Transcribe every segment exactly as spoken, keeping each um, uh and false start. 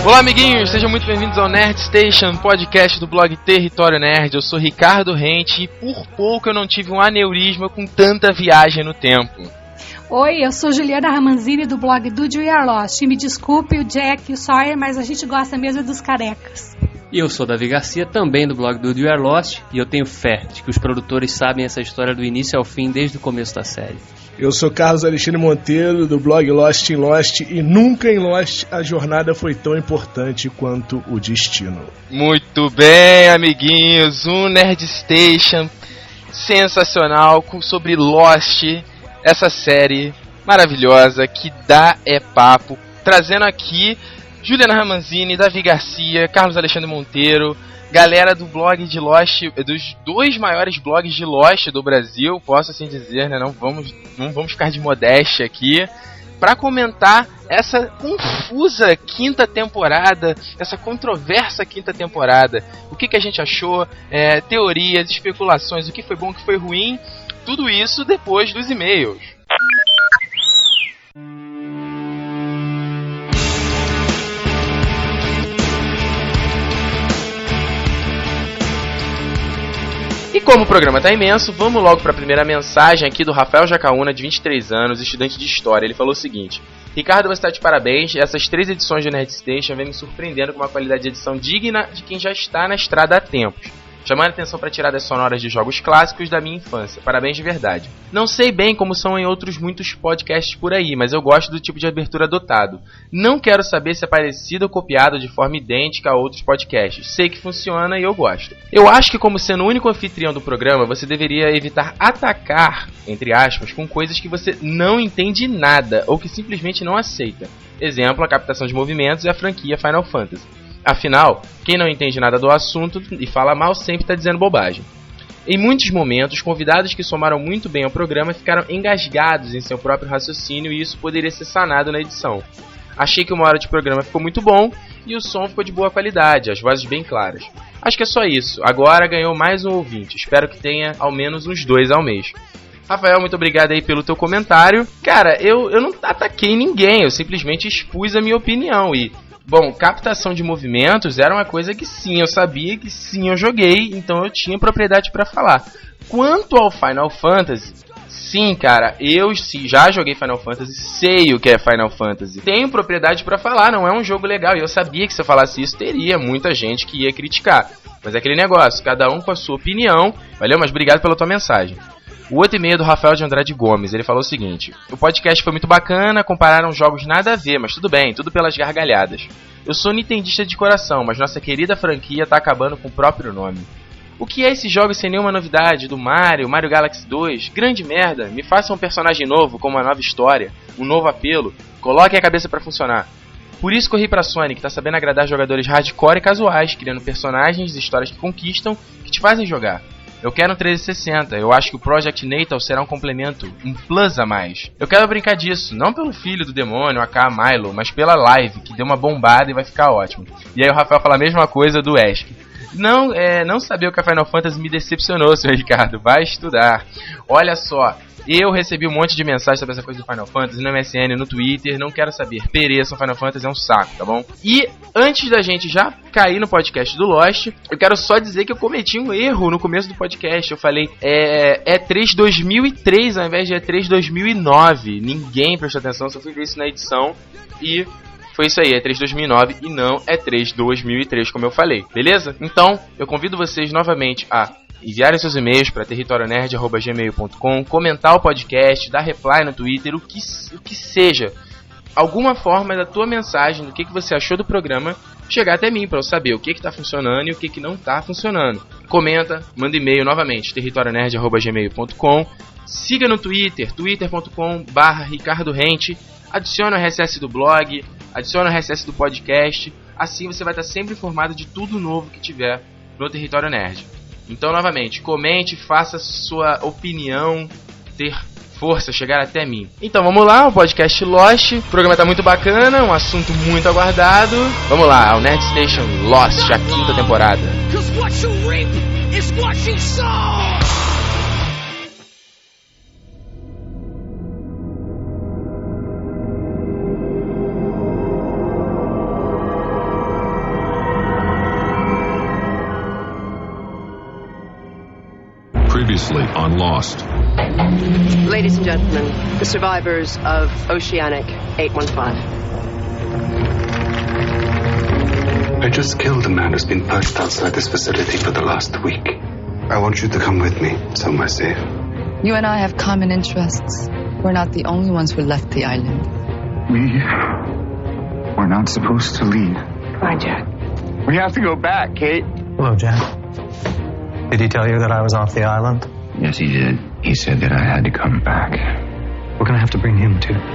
Olá, amiguinhos, sejam muito bem-vindos ao Nerd Station, podcast do blog Território Nerd. Eu sou Ricardo Rente e por pouco eu não tive um aneurisma com tanta viagem no tempo. Oi, eu sou Juliana Ramanzini do blog Do We Are Lost. E me desculpe o Jack e o Sawyer, mas a gente gosta mesmo dos carecas. E eu sou Davi Garcia, também do blog Do We Are Lost, e eu tenho fé de que os produtores sabem essa história do início ao fim desde o começo da série. Eu sou Carlos Alexandre Monteiro, do blog Lost in Lost, e nunca em Lost a jornada foi tão importante quanto o destino. Muito bem, amiguinhos, um Nerd Station sensacional sobre Lost, essa série maravilhosa que dá é papo, trazendo aqui Juliana Ramanzini, Davi Garcia, Carlos Alexandre Monteiro, galera do blog de Lost, dos dois maiores blogs de Lost do Brasil, posso assim dizer, né? Não vamos, não vamos ficar de modéstia aqui, para comentar essa confusa quinta temporada, essa controversa quinta temporada. O que, que a gente achou, é, teorias, especulações, o que foi bom, o que foi ruim, tudo isso depois dos e-mails. E como o programa tá imenso, vamos logo para a primeira mensagem aqui do Rafael Jacaúna, de vinte e três anos, estudante de História. Ele falou o seguinte: Ricardo, você está de parabéns, essas três edições do Nerd Station vem me surpreendendo com uma qualidade de edição digna de quem já está na estrada há tempos, chamando a atenção para tiradas sonoras de jogos clássicos da minha infância. Parabéns de verdade. Não sei bem como são em outros muitos podcasts por aí, mas eu gosto do tipo de abertura adotado. Não quero saber se é parecido ou copiado de forma idêntica a outros podcasts. Sei que funciona e eu gosto. Eu acho que, como sendo o único anfitrião do programa, você deveria evitar atacar, entre aspas, com coisas que você não entende nada ou que simplesmente não aceita. Exemplo, a captação de movimentos e a franquia Final Fantasy. Afinal, quem não entende nada do assunto e fala mal sempre está dizendo bobagem. Em muitos momentos, convidados que somaram muito bem ao programa ficaram engasgados em seu próprio raciocínio e isso poderia ser sanado na edição. Achei que uma hora de programa ficou muito bom e o som ficou de boa qualidade, as vozes bem claras. Acho que é só isso. Agora ganhou mais um ouvinte. Espero que tenha ao menos uns dois ao mês. Rafael, muito obrigado aí pelo teu comentário. Cara, eu, eu não ataquei ninguém, eu simplesmente expus a minha opinião e... Bom, captação de movimentos era uma coisa que sim, eu sabia, que sim, eu joguei, então eu tinha propriedade pra falar. Quanto ao Final Fantasy, sim, cara, eu sim, já joguei Final Fantasy, sei o que é Final Fantasy. Tenho propriedade pra falar, não é um jogo legal, e eu sabia que se eu falasse isso, teria muita gente que ia criticar. Mas é aquele negócio, cada um com a sua opinião. Valeu, mas obrigado pela tua mensagem. O outro e-mail do Rafael de Andrade Gomes, ele falou o seguinte: o podcast foi muito bacana, compararam jogos nada a ver, mas tudo bem, tudo pelas gargalhadas. Eu sou nintendista de coração, mas nossa querida franquia tá acabando com o próprio nome. O que é esse jogo sem nenhuma novidade? Do Mario, Mario Galaxy dois? Grande merda, me faça um personagem novo, com uma nova história, um novo apelo, coloquem a cabeça pra funcionar. Por isso corri pra Sony, que tá sabendo agradar jogadores hardcore e casuais, criando personagens e histórias que conquistam, que te fazem jogar. Eu quero um trezentos e sessenta, eu acho que o Project Natal será um complemento, um plus a mais. Eu quero brincar disso, não pelo filho do demônio, a K Milo, mas pela live, que deu uma bombada e vai ficar ótimo. E aí o Rafael fala a mesma coisa do Esk. Não, é, não saber o que a Final Fantasy me decepcionou, senhor Ricardo, vai estudar. Olha só, eu recebi um monte de mensagens sobre essa coisa do Final Fantasy no M S N, no Twitter, não quero saber, pereçam, Final Fantasy é um saco, tá bom? E antes da gente já cair no podcast do Lost, eu quero só dizer que eu cometi um erro no começo do podcast. Eu falei, é E três dois mil e três ao invés de E três dois mil e nove. Ninguém prestou atenção, só fui ver isso na edição e... foi isso aí, E três dois mil e nove e não E três dois mil e três, como eu falei, beleza? Então, eu convido vocês novamente a enviarem seus e-mails para território nerd arroba gmail ponto com, comentar o podcast, dar reply no Twitter, o que, o que seja. Alguma forma da tua mensagem, do que, que você achou do programa, chegar até mim para eu saber o que está funcionando e o que, que não está funcionando. Comenta, manda e-mail novamente, território nerd arroba gmail ponto com. Siga no Twitter, twitter ponto com barra Ricardo Rente. Adicione o R S S do blog, adicione o R S S do podcast. Assim você vai estar sempre informado de tudo novo que tiver no Território Nerd. Então, novamente, comente, faça sua opinião ter força, chegar até mim. Então, vamos lá, o podcast Lost. O programa tá muito bacana, um assunto muito aguardado. Vamos lá, ao Nerd Station Lost, a quinta temporada. on Lost. Ladies and gentlemen, the survivors of Oceanic eight one five. I just killed a man who's been perched outside this facility for the last week. I want you to come with me, somewhere safe. You and I have common interests. We're not the only ones who left the island. We... We're not supposed to leave. Come on, Jack. We have to go back, Kate. Hello, Jack. Did he tell you that I was off the island? Yes, he did. He said that I had to come back. We're gonna have to bring him, too.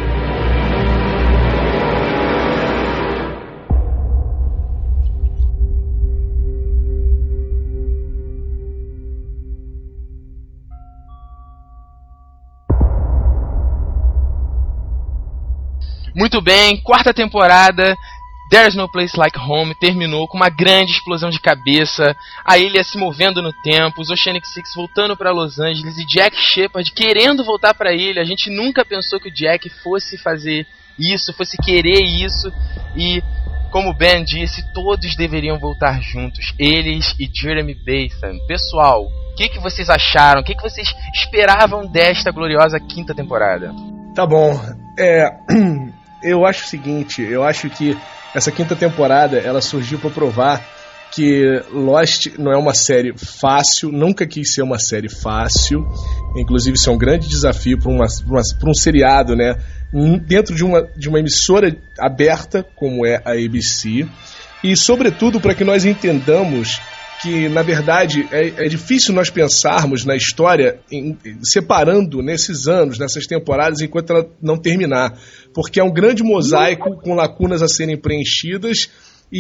Muito bem, quarta temporada, There's No Place Like Home, terminou com uma grande explosão de cabeça, a ilha se movendo no tempo, os Oceanic Six voltando para Los Angeles e Jack Shephard querendo voltar para a ilha. A gente nunca pensou que o Jack fosse fazer isso, fosse querer isso, e como o Ben disse, todos deveriam voltar juntos, eles e Jeremy Bentham. Pessoal, o que, que vocês acharam? O que, que vocês esperavam desta gloriosa quinta temporada? Tá bom, é... eu acho o seguinte, eu acho que essa quinta temporada, ela surgiu para provar que Lost não é uma série fácil, nunca quis ser uma série fácil, inclusive isso é um grande desafio para uma, uma, um seriado, né, dentro de uma, de uma emissora aberta como é a A B C, e sobretudo para que nós entendamos que, na verdade, é, é difícil nós pensarmos na história em, separando nesses anos, nessas temporadas, enquanto ela não terminar. Porque é um grande mosaico com lacunas a serem preenchidas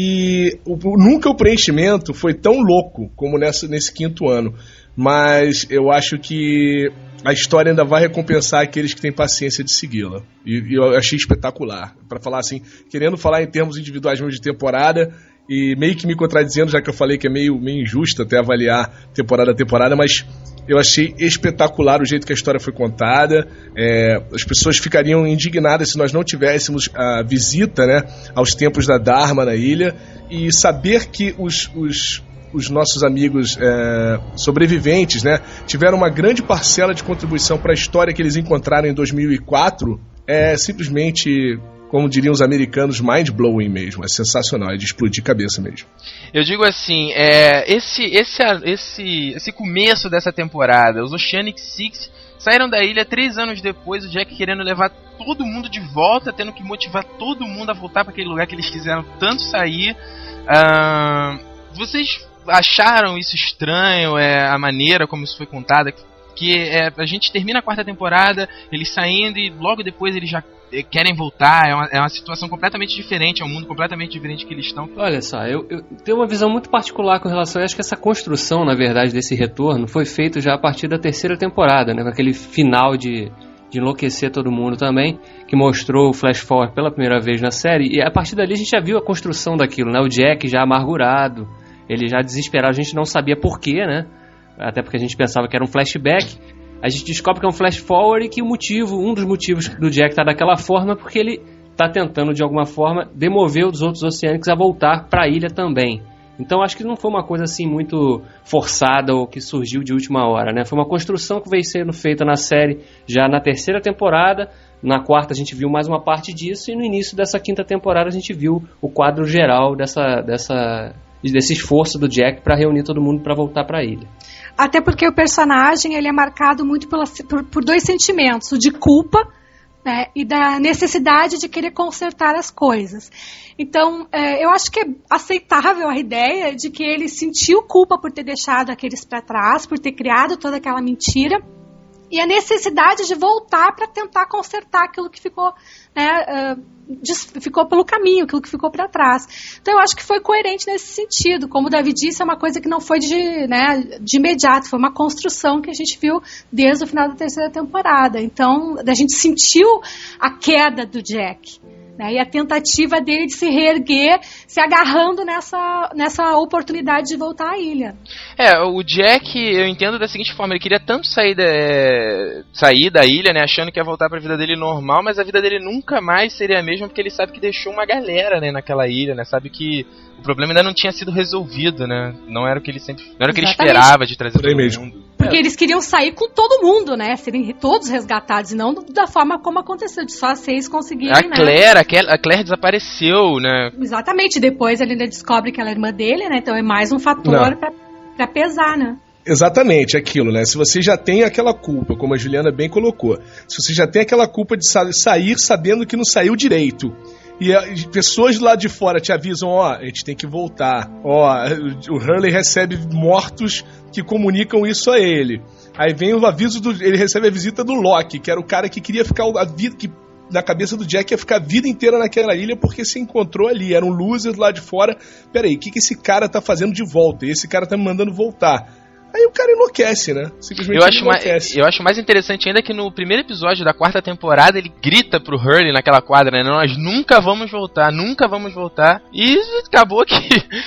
e o, nunca o preenchimento foi tão louco como nessa, nesse quinto ano. Mas eu acho que a história ainda vai recompensar aqueles que têm paciência de segui-la. E, e eu achei espetacular. Para falar assim, querendo falar em termos individuais mesmo de temporada... E meio que me contradizendo, já que eu falei que é meio, meio injusto até avaliar temporada a temporada, mas eu achei espetacular o jeito que a história foi contada. É, as pessoas ficariam indignadas se nós não tivéssemos a visita, né, aos tempos da Dharma na ilha. E saber que os, os, os nossos amigos é, sobreviventes, né, tiveram uma grande parcela de contribuição para a história que eles encontraram em dois mil e quatro é simplesmente... como diriam os americanos, mind-blowing mesmo. É sensacional, é de explodir cabeça mesmo. Eu digo assim, é, esse, esse, esse, esse começo dessa temporada, os Oceanic Six saíram da ilha três anos depois, o Jack querendo levar todo mundo de volta, tendo que motivar todo mundo a voltar para aquele lugar que eles quiseram tanto sair. Uh, vocês acharam isso estranho, é, a maneira como isso foi contado? Que é, a gente termina a quarta temporada, eles saindo e logo depois eles já querem voltar, é uma, é uma situação completamente diferente, é um mundo completamente diferente que eles estão. Olha só, eu, eu tenho uma visão muito particular com relação, eu acho que essa construção, na verdade, desse retorno foi feito já a partir da terceira temporada, né, com aquele final de, de enlouquecer todo mundo também, que mostrou o flash forward pela primeira vez na série, e a partir dali a gente já viu a construção daquilo, né, o Jack já amargurado, ele já desesperado, a gente não sabia porquê, né, até porque a gente pensava que era um flashback. A gente descobre que é um flash forward e que o motivo, um dos motivos do Jack estar daquela forma é porque ele está tentando de alguma forma demover os outros Oceânicos a voltar para a ilha também. Então acho que não foi uma coisa assim muito forçada ou que surgiu de última hora, né? Foi uma construção que veio sendo feita na série já na terceira temporada. Na quarta a gente viu mais uma parte disso e no início dessa quinta temporada a gente viu o quadro geral dessa, dessa, desse esforço do Jack para reunir todo mundo para voltar para a ilha. Até porque o personagem ele é marcado muito pela, por, por dois sentimentos, o de culpa, né, e da necessidade de querer consertar as coisas. Então, é, eu acho que é aceitável a ideia de que ele sentiu culpa por ter deixado aqueles para trás, por ter criado toda aquela mentira, e a necessidade de voltar para tentar consertar aquilo que ficou, né, uh, ficou pelo caminho, aquilo que ficou para trás. Então eu acho que foi coerente nesse sentido. Como o David disse, é uma coisa que não foi de, né, de imediato, foi uma construção que a gente viu desde o final da terceira temporada. Então a gente sentiu a queda do Jack, né? E a tentativa dele de se reerguer, se agarrando nessa, nessa oportunidade de voltar à ilha. É, o Jack, eu entendo da seguinte forma, ele queria tanto sair da, sair da ilha, né, achando que ia voltar pra vida dele normal, mas a vida dele nunca mais seria a mesma, porque ele sabe que deixou uma galera, né, naquela ilha, né, sabe que o problema ainda não tinha sido resolvido, né, não era o que ele sempre, não era o que ele esperava de trazer todo mesmo. mundo. Porque eles queriam sair com todo mundo, né, serem todos resgatados, e não da forma como aconteceu, de só seis conseguirem, a né. Claire, a Claire desapareceu, né. Exatamente, depois ele ainda descobre que ela é irmã dele, né, então é mais um fator pra, pra pesar, né. Exatamente, aquilo, né? Se você já tem aquela culpa, como a Juliana bem colocou, se você já tem aquela culpa de sa- sair sabendo que não saiu direito, e as pessoas lá de fora te avisam, ó, a gente tem que voltar, ó, o Hurley recebe mortos que comunicam isso a ele. Aí vem o aviso, do, ele recebe a visita do Locke, que era o cara que queria ficar a vida, que na cabeça do Jack ia ficar a vida inteira naquela ilha porque se encontrou ali, era um loser lá de fora. Peraí, o que, que esse cara tá fazendo de volta? E esse cara tá me mandando voltar. Aí o cara enlouquece, né? Simplesmente eu acho enlouquece. Mais, eu acho mais interessante ainda que no primeiro episódio da quarta temporada ele grita pro Hurley naquela quadra, né? Nós nunca vamos voltar, nunca vamos voltar. E acabou que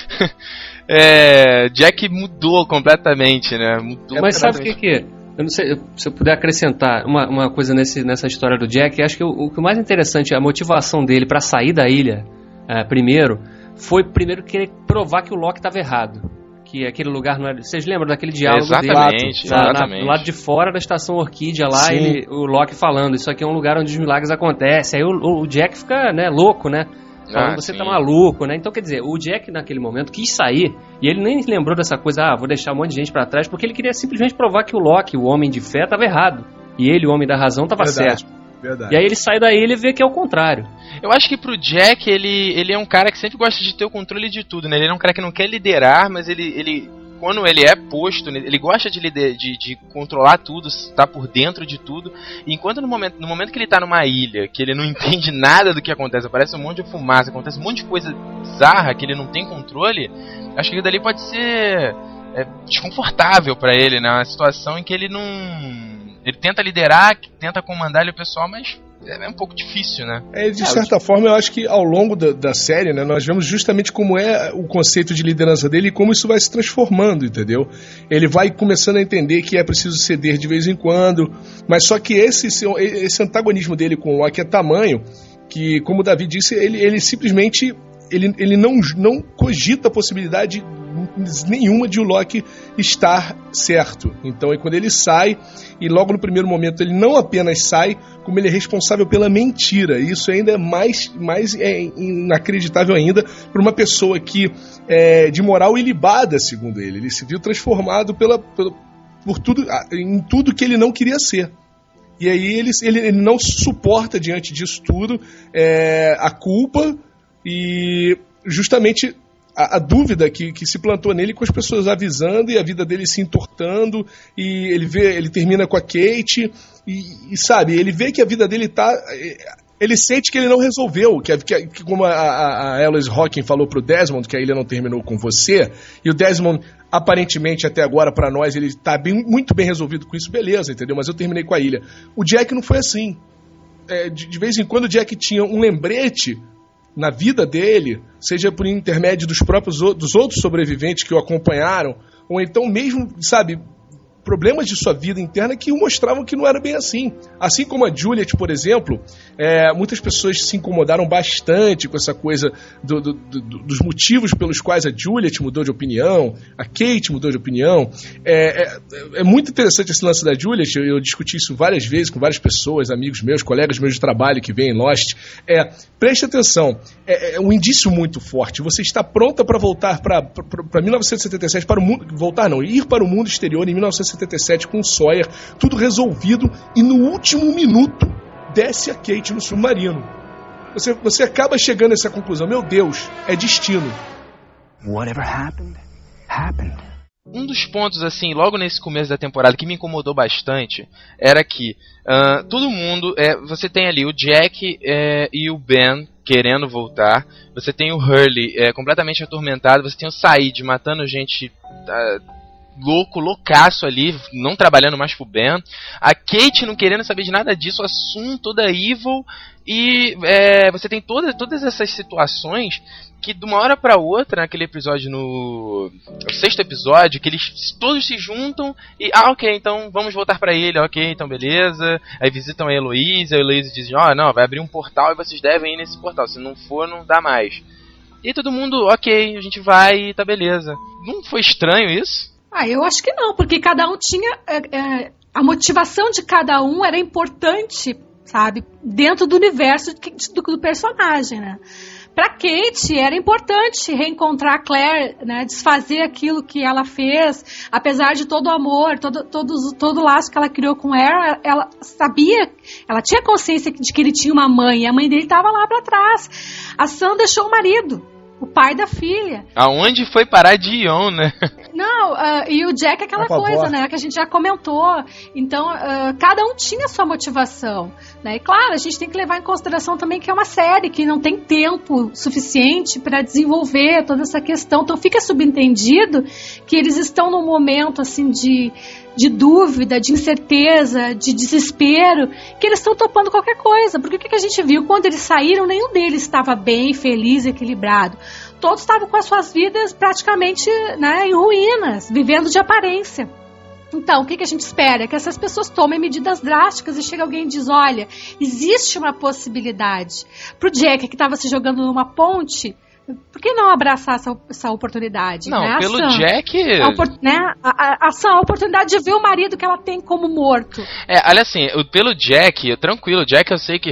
é, Jack mudou completamente, né? Mudou Mas sabe o que que é? Eu não sei, se eu puder acrescentar uma, uma coisa nesse, nessa história do Jack, acho que o, o que o mais interessante, a motivação dele pra sair da ilha, é, primeiro, foi primeiro querer provar que o Locke estava errado. Que aquele lugar não era... Vocês lembram daquele diálogo exatamente, dele? Na, exatamente. na, do lado de fora da estação Orquídea lá, ele, o Locke falando, isso aqui é um lugar onde os milagres acontecem. Aí o, o Jack fica, né, louco, né? Falando, ah, você sim. tá maluco, né? Então, quer dizer, o Jack naquele momento quis sair e ele nem lembrou dessa coisa, ah, vou deixar um monte de gente pra trás, porque ele queria simplesmente provar que o Locke, o homem de fé, tava errado. E ele, o homem da razão, tava Verdade. certo. Verdade. E aí ele sai da ilha e vê que é o contrário. Eu acho que pro Jack, ele, ele é um cara que sempre gosta de ter o controle de tudo, né? Ele é um cara que não quer liderar, mas ele... ele... quando ele é posto, ele gosta de, lider, de, de controlar tudo, estar por dentro de tudo. E enquanto no momento, no momento que ele está numa ilha, que ele não entende nada do que acontece, aparece um monte de fumaça, acontece um monte de coisa bizarra que ele não tem controle, acho que aquilo dali pode ser é, desconfortável para ele, né? Uma situação em que ele não... ele tenta liderar, tenta comandar ali o pessoal, mas... é um pouco difícil, né? É, de certa forma, eu acho que ao longo da, da série, né, nós vemos justamente como é o conceito de liderança dele e como isso vai se transformando, entendeu? Ele vai começando a entender que é preciso ceder de vez em quando, mas só que esse, esse antagonismo dele com o Locke é tamanho que, como o Davi disse, ele, ele simplesmente ele, ele não, não cogita a possibilidade nenhuma de o Locke estar certo. Então é quando ele sai, e logo no primeiro momento ele não apenas sai, como ele é responsável pela mentira. E isso ainda é mais, mais é, inacreditável ainda para uma pessoa que é de moral ilibada, segundo ele. Ele se viu transformado pela, pela, por tudo, em tudo que ele não queria ser. E aí ele, ele, ele não suporta diante disso tudo é, a culpa e justamente A, a dúvida que, que se plantou nele com as pessoas avisando e a vida dele se entortando, e ele vê, ele termina com a Kate e, e sabe, ele vê que a vida dele tá, ele sente que ele não resolveu, que, que, que como a, a, a Alice Hawking falou pro Desmond, que a ilha não terminou com você, e o Desmond aparentemente até agora pra nós ele tá bem, muito bem resolvido com isso, beleza, entendeu, mas eu terminei com a ilha. O Jack não foi assim. É, de, de vez em quando o Jack tinha um lembrete na vida dele, seja por intermédio dos próprios dos outros sobreviventes que o acompanharam, ou então mesmo, sabe, problemas de sua vida interna que o mostravam que não era bem assim. Assim como a Juliet, por exemplo, é, muitas pessoas se incomodaram bastante com essa coisa do, do, do, dos motivos pelos quais a Juliet mudou de opinião, a Kate mudou de opinião. É, é, é muito interessante esse lance da Juliet, eu, eu discuti isso várias vezes com várias pessoas, amigos meus, colegas meus de trabalho que vêm em Lost. É, preste atenção, é, é um indício muito forte. Você está pronta para voltar para mil novecentos e setenta e sete, para o mundo, voltar não, ir para o mundo exterior em mil novecentos e setenta e sete com o Sawyer, tudo resolvido, e no último minuto desce a Kate no submarino. Você, você acaba chegando a essa conclusão, meu Deus, é destino. Whatever happened, happened. Um dos pontos, assim, logo nesse começo da temporada que me incomodou bastante era que uh, todo mundo, é, você tem ali o Jack é, e o Ben querendo voltar, você tem o Hurley é, completamente atormentado, você tem o Said matando gente uh, louco, loucaço ali, não trabalhando mais pro Ben. A Kate não querendo saber de nada disso, a Sun toda evil. E é, você tem toda, todas essas situações que de uma hora pra outra, naquele episódio, no, no sexto episódio, que eles todos se juntam e, ah, ok, então vamos voltar pra ilha, ok, então beleza. Aí visitam a Heloise, a Heloise diz, ó, oh, não, vai abrir um portal e vocês devem ir nesse portal, se não for, não dá mais. E aí todo mundo, ok, a gente vai e tá beleza. Não foi estranho isso? Ah, eu acho que não, porque cada um tinha, é, é, a motivação de cada um era importante, sabe, dentro do universo do, do personagem, né? Pra Kate era importante reencontrar a Claire, né, desfazer aquilo que ela fez, apesar de todo o amor, todo, todo, todo o laço que ela criou com ela, ela sabia, ela tinha consciência de que ele tinha uma mãe, e a mãe dele estava lá pra trás. A Sam deixou o marido, o pai da filha. Aonde foi parar Dion, né? Não, uh, e o Jack é aquela coisa, né, que a gente já comentou. Então, uh, cada um tinha sua motivação, né? E claro, a gente tem que levar em consideração também que é uma série que não tem tempo suficiente para desenvolver toda essa questão. Então, fica subentendido que eles estão num momento, assim, de, de dúvida, de incerteza, de desespero, que eles estão topando qualquer coisa. Porque o que a gente viu? Quando eles saíram, nenhum deles estava bem, feliz, equilibrado. Todos estavam com as suas vidas praticamente, né, em ruínas, vivendo de aparência. Então, o que, que a gente espera? Que essas pessoas tomem medidas drásticas e chega alguém e diz, olha, existe uma possibilidade. Pro Jack, que estava se jogando numa ponte, por que não abraçar essa, essa oportunidade? Não, né? pelo Sam, Jack... A, né? a, a, a, a oportunidade de ver o marido que ela tem como morto. É, olha assim, pelo Jack, tranquilo, o Jack eu sei que...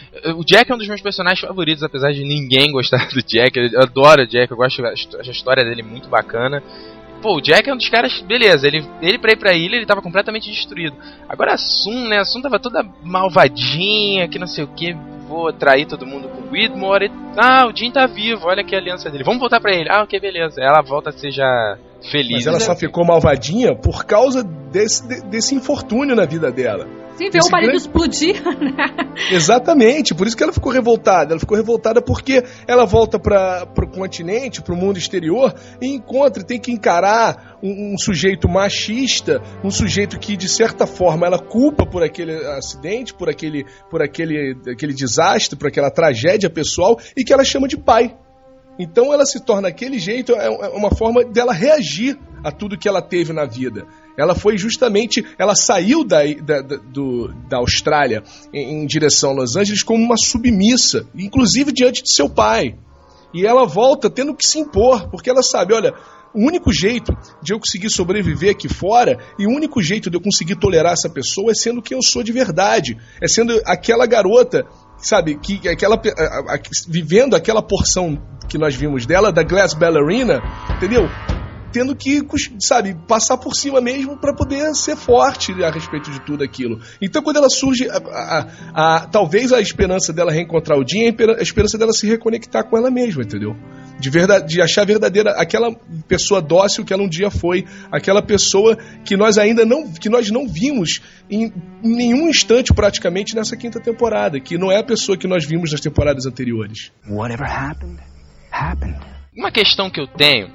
O Jack é um dos meus personagens favoritos, apesar de ninguém gostar do Jack. Eu adoro o Jack, eu gosto da história dele, muito bacana. Pô, o Jack é um dos caras, beleza, ele, ele pra ir pra ilha, ele tava completamente destruído. Agora a Sun, né, a Sun tava toda malvadinha, que não sei o que, vou trair todo mundo com o Widmore. E, ah, o Jim tá vivo, olha aqui a aliança dele, vamos voltar pra ele. Ah, ok, beleza, ela volta a ser já feliz. Mas ela só ficou malvadinha por causa desse, desse infortúnio na vida dela. Sim, ver o marido grande... explodir, né? Exatamente, por isso que ela ficou revoltada. Ela ficou revoltada porque ela volta para o continente, para o mundo exterior, e encontra, tem que encarar um, um sujeito machista, um sujeito que, de certa forma, ela culpa por aquele acidente, por aquele, por aquele, aquele desastre, por aquela tragédia pessoal, e que ela chama de pai. Então ela se torna daquele jeito, é uma forma dela reagir a tudo que ela teve na vida. Ela foi justamente, ela saiu da, da, do, da Austrália em, em direção a Los Angeles como uma submissa, inclusive diante de seu pai. E ela volta tendo que se impor, porque ela sabe, olha, o único jeito de eu conseguir sobreviver aqui fora e o único jeito de eu conseguir tolerar essa pessoa é sendo quem eu sou de verdade, é sendo aquela garota, sabe, que, aquela, a, a, vivendo aquela porção que nós vimos dela, da Glass Ballerina, entendeu? Tendo que, sabe, passar por cima mesmo para poder ser forte a respeito de tudo aquilo. Então, quando ela surge, a, a, a, talvez a esperança dela reencontrar o Jim, a esperança dela se reconectar com ela mesma, entendeu? De, verdade, de achar verdadeira aquela pessoa dócil que ela um dia foi, aquela pessoa que nós ainda não, que nós não vimos em, em nenhum instante praticamente nessa quinta temporada, que não é a pessoa que nós vimos nas temporadas anteriores. Whatever happened, happened. Uma questão que eu tenho,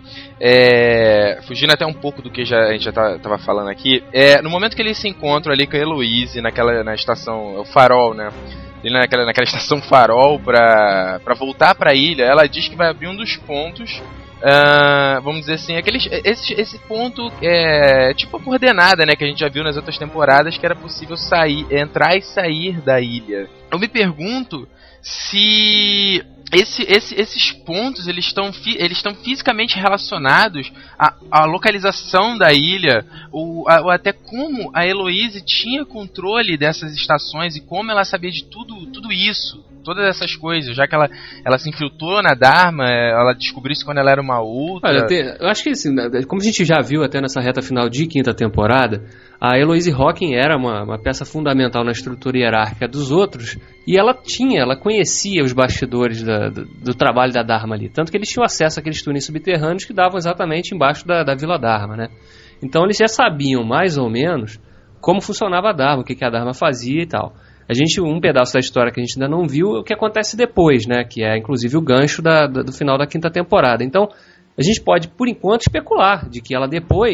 é, fugindo até um pouco do que já, a gente já estava falando aqui, é no momento que eles se encontram ali com a Heloise naquela, na estação, o Farol, né? Ele naquela, naquela estação Farol pra, pra voltar pra ilha, ela diz que vai abrir um dos pontos, uh, vamos dizer assim, aquele, esse, esse ponto é tipo a coordenada, né, que a gente já viu nas outras temporadas, que era possível sair, entrar e sair da ilha. Eu me pergunto se esse, esse, esses pontos eles estão eles estão fisicamente relacionados à, à localização da ilha, ou, a, ou até como a Heloise tinha controle dessas estações e como ela sabia de tudo, tudo isso, todas essas coisas, já que ela, ela se infiltrou na Dharma, ela descobriu isso quando ela era uma outra. Olha, tem, eu acho que assim, como a gente já viu até nessa reta final de quinta temporada, a Heloise Hawking era uma, uma peça fundamental na estrutura hierárquica dos outros, e ela tinha, ela conhecia os bastidores da, do, do trabalho da Dharma ali, tanto que eles tinham acesso àqueles túneis subterrâneos que davam exatamente embaixo da, da Vila Dharma, né? Então eles já sabiam mais ou menos como funcionava a Dharma, o que, que a Dharma fazia e tal. A gente, um pedaço da história que a gente ainda não viu é o que acontece depois, né? Que é inclusive o gancho da, da, do final da quinta temporada. Então a gente pode, por enquanto, especular de que ela depois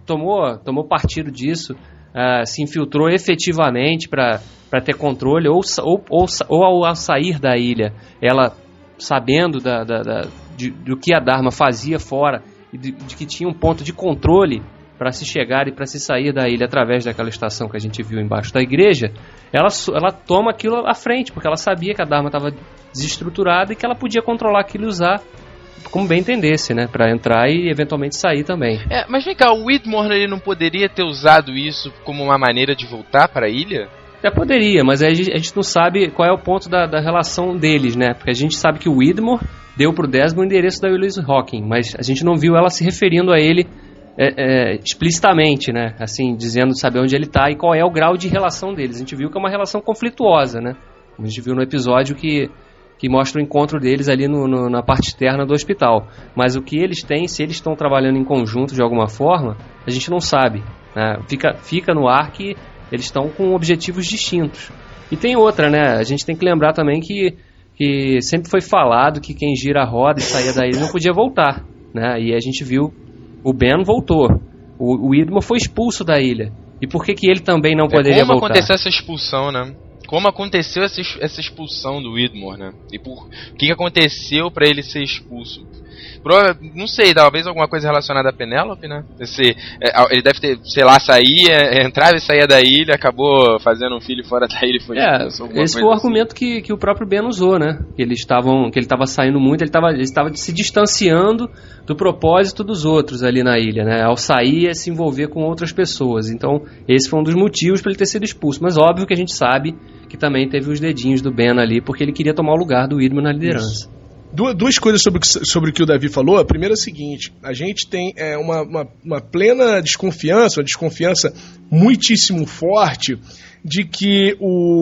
tomou, tomou partido disso, uh, se infiltrou efetivamente para ter controle, ou, ou, ou, ou ao, ao sair da ilha, ela sabendo da, da, da, de, do que a Dharma fazia fora, e de, de que tinha um ponto de controle para se chegar e para se sair da ilha através daquela estação que a gente viu embaixo da igreja, ela, ela toma aquilo à frente, porque ela sabia que a Dharma estava desestruturada e que ela podia controlar aquilo e usar como bem entendesse, né, para entrar e eventualmente sair também. É, mas vem cá, o Widmore ele não poderia ter usado isso como uma maneira de voltar para a ilha? Até poderia, mas aí a gente, a gente não sabe qual é o ponto da, da relação deles, né, porque a gente sabe que o Widmore deu pro Desmond o endereço da Eloise Hawking, mas a gente não viu ela se referindo a ele É, é, explicitamente, né? Assim, dizendo saber onde ele está e qual é o grau de relação deles. A gente viu que é uma relação conflituosa, né? A gente viu no episódio que, que mostra o encontro deles ali no, no, na parte externa do hospital. Mas o que eles têm, se eles estão trabalhando em conjunto de alguma forma, a gente não sabe, né? Fica, fica no ar que eles estão com objetivos distintos. E tem outra, né? A gente tem que lembrar também que, que sempre foi falado que quem gira a roda e saía da ilha não podia voltar, né? E a gente viu o Ben voltou. O, o Widmore foi expulso da ilha. E por que que ele também não poderia é, como voltar? Como aconteceu essa expulsão, né? Como aconteceu essa, essa expulsão do Widmore, né? E por o que, que aconteceu pra ele ser expulso? Prova, não sei, talvez alguma coisa relacionada a Penélope, né? Esse, é, ele deve ter, sei lá, saía, entrava e saía da ilha, acabou fazendo um filho fora da ilha e foi é, expulso. Esse foi o assim. argumento que, que o próprio Ben usou, né? Que eles estavam, que ele estava saindo muito, ele estava ele estava se distanciando do propósito dos outros ali na ilha, né? Ao sair é se envolver com outras pessoas. Então, esse foi um dos motivos para ele ter sido expulso. Mas óbvio que a gente sabe que também teve os dedinhos do Ben ali, porque ele queria tomar o lugar do Widmore na liderança. Isso. Duas coisas sobre, sobre o que o Davi falou. A primeira é a seguinte: a gente tem é, uma, uma, uma plena desconfiança, uma desconfiança muitíssimo forte de que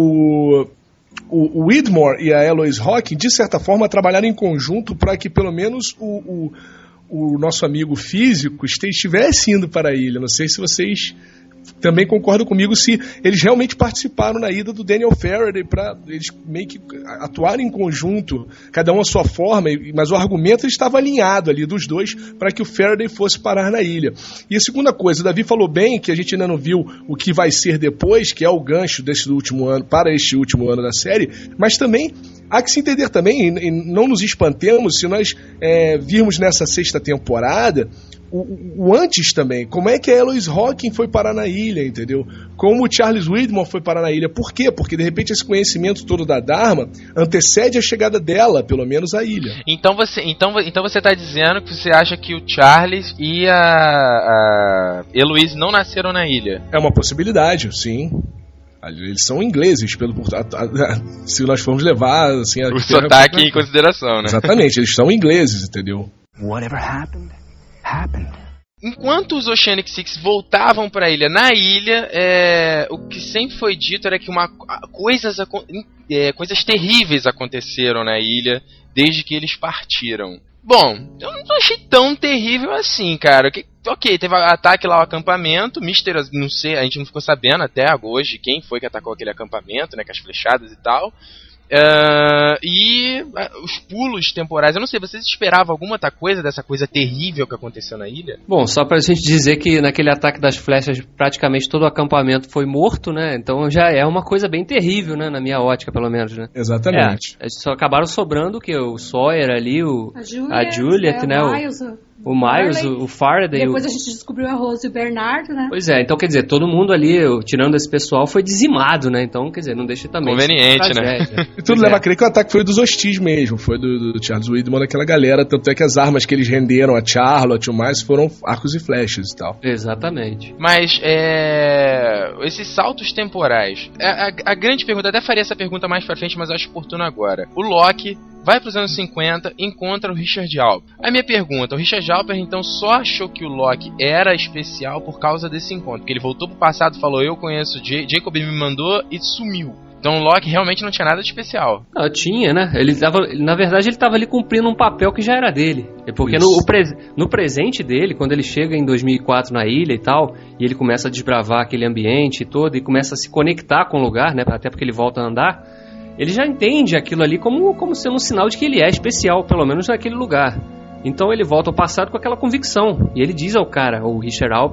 o, o, o Widmore e a Eloise Hawking, de certa forma, trabalharam em conjunto para que pelo menos o, o, o nosso amigo físico estivesse indo para a ilha. Não sei se vocês também concordam comigo, se eles realmente participaram na ida do Daniel Faraday, para eles meio que atuarem em conjunto, cada um à sua forma, mas o argumento estava alinhado ali dos dois para que o Faraday fosse parar na ilha. E a segunda coisa, o Davi falou bem que a gente ainda não viu o que vai ser depois, que é o gancho desse último ano, para este último ano da série, mas também há que se entender também, e não nos espantemos se nós é, virmos nessa sexta temporada O, o antes também, como é que a Eloise Hawking foi parar na ilha, entendeu? Como o Charles Widmore foi parar na ilha. Por quê? Porque de repente esse conhecimento todo da Dharma antecede a chegada dela, pelo menos, à ilha. Então você então, então você tá dizendo que você acha que o Charles e a, a Eloise não nasceram na ilha? É uma possibilidade, sim. Eles são ingleses, pelo se nós formos levar assim, a o sotaque em consideração, né? Exatamente, eles são ingleses, entendeu? Whatever happened? Happened. Enquanto os Oceanic Six voltavam para a ilha, na ilha, é, o que sempre foi dito era que uma, coisas, é, coisas terríveis aconteceram na ilha desde que eles partiram. Bom, eu não achei tão terrível assim, cara. Que, ok, teve ataque lá ao acampamento, Mister, não sei, a gente não ficou sabendo até hoje quem foi que atacou aquele acampamento, né, com as flechadas e tal. Uh, e uh, os pulos temporais, eu não sei, vocês esperavam alguma outra coisa dessa coisa terrível que aconteceu na ilha? Bom, só pra gente dizer que naquele ataque das flechas praticamente todo o acampamento foi morto, né? Então já é uma coisa bem terrível, né? Na minha ótica, pelo menos, né? Exatamente. É, só acabaram sobrando o que? O Sawyer ali, o, a Juliet, a Juliet é, né? O Miles, o... O Miles, o, o Faraday... Depois o... a gente descobriu a Rose e o Bernardo, né? Pois é, então quer dizer, todo mundo ali, tirando esse pessoal, foi dizimado, né? Então, quer dizer, não deixa também... Conveniente, né? E tudo leva é. a crer que o ataque foi dos hostis mesmo, foi do, do Charles Widmore, daquela galera, tanto é que as armas que eles renderam a Charlotte e o mais foram arcos e flechas e tal. Exatamente. Mas, é... esses saltos temporais, a, a, a grande pergunta, até faria essa pergunta mais pra frente, mas eu acho oportuno agora. O Loki vai pros anos cinquenta, encontra o Richard Alper. A minha pergunta, o Richard Alper então só achou que o Loki era especial por causa desse encontro, porque ele voltou pro passado e falou, eu conheço o J- Jacob me mandou e sumiu. Então o Loki realmente não tinha nada de especial. Não, tinha, né? Ele tava, na verdade ele estava ali cumprindo um papel que já era dele. Porque no, o pre, no presente dele, quando ele chega em dois mil e quatro na ilha e tal, e ele começa a desbravar aquele ambiente todo e começa a se conectar com o lugar, né? Até porque ele volta a andar, ele já entende aquilo ali como, como sendo um sinal de que ele é especial, pelo menos naquele lugar. Então ele volta ao passado com aquela convicção. E ele diz ao cara, o Richard Alper,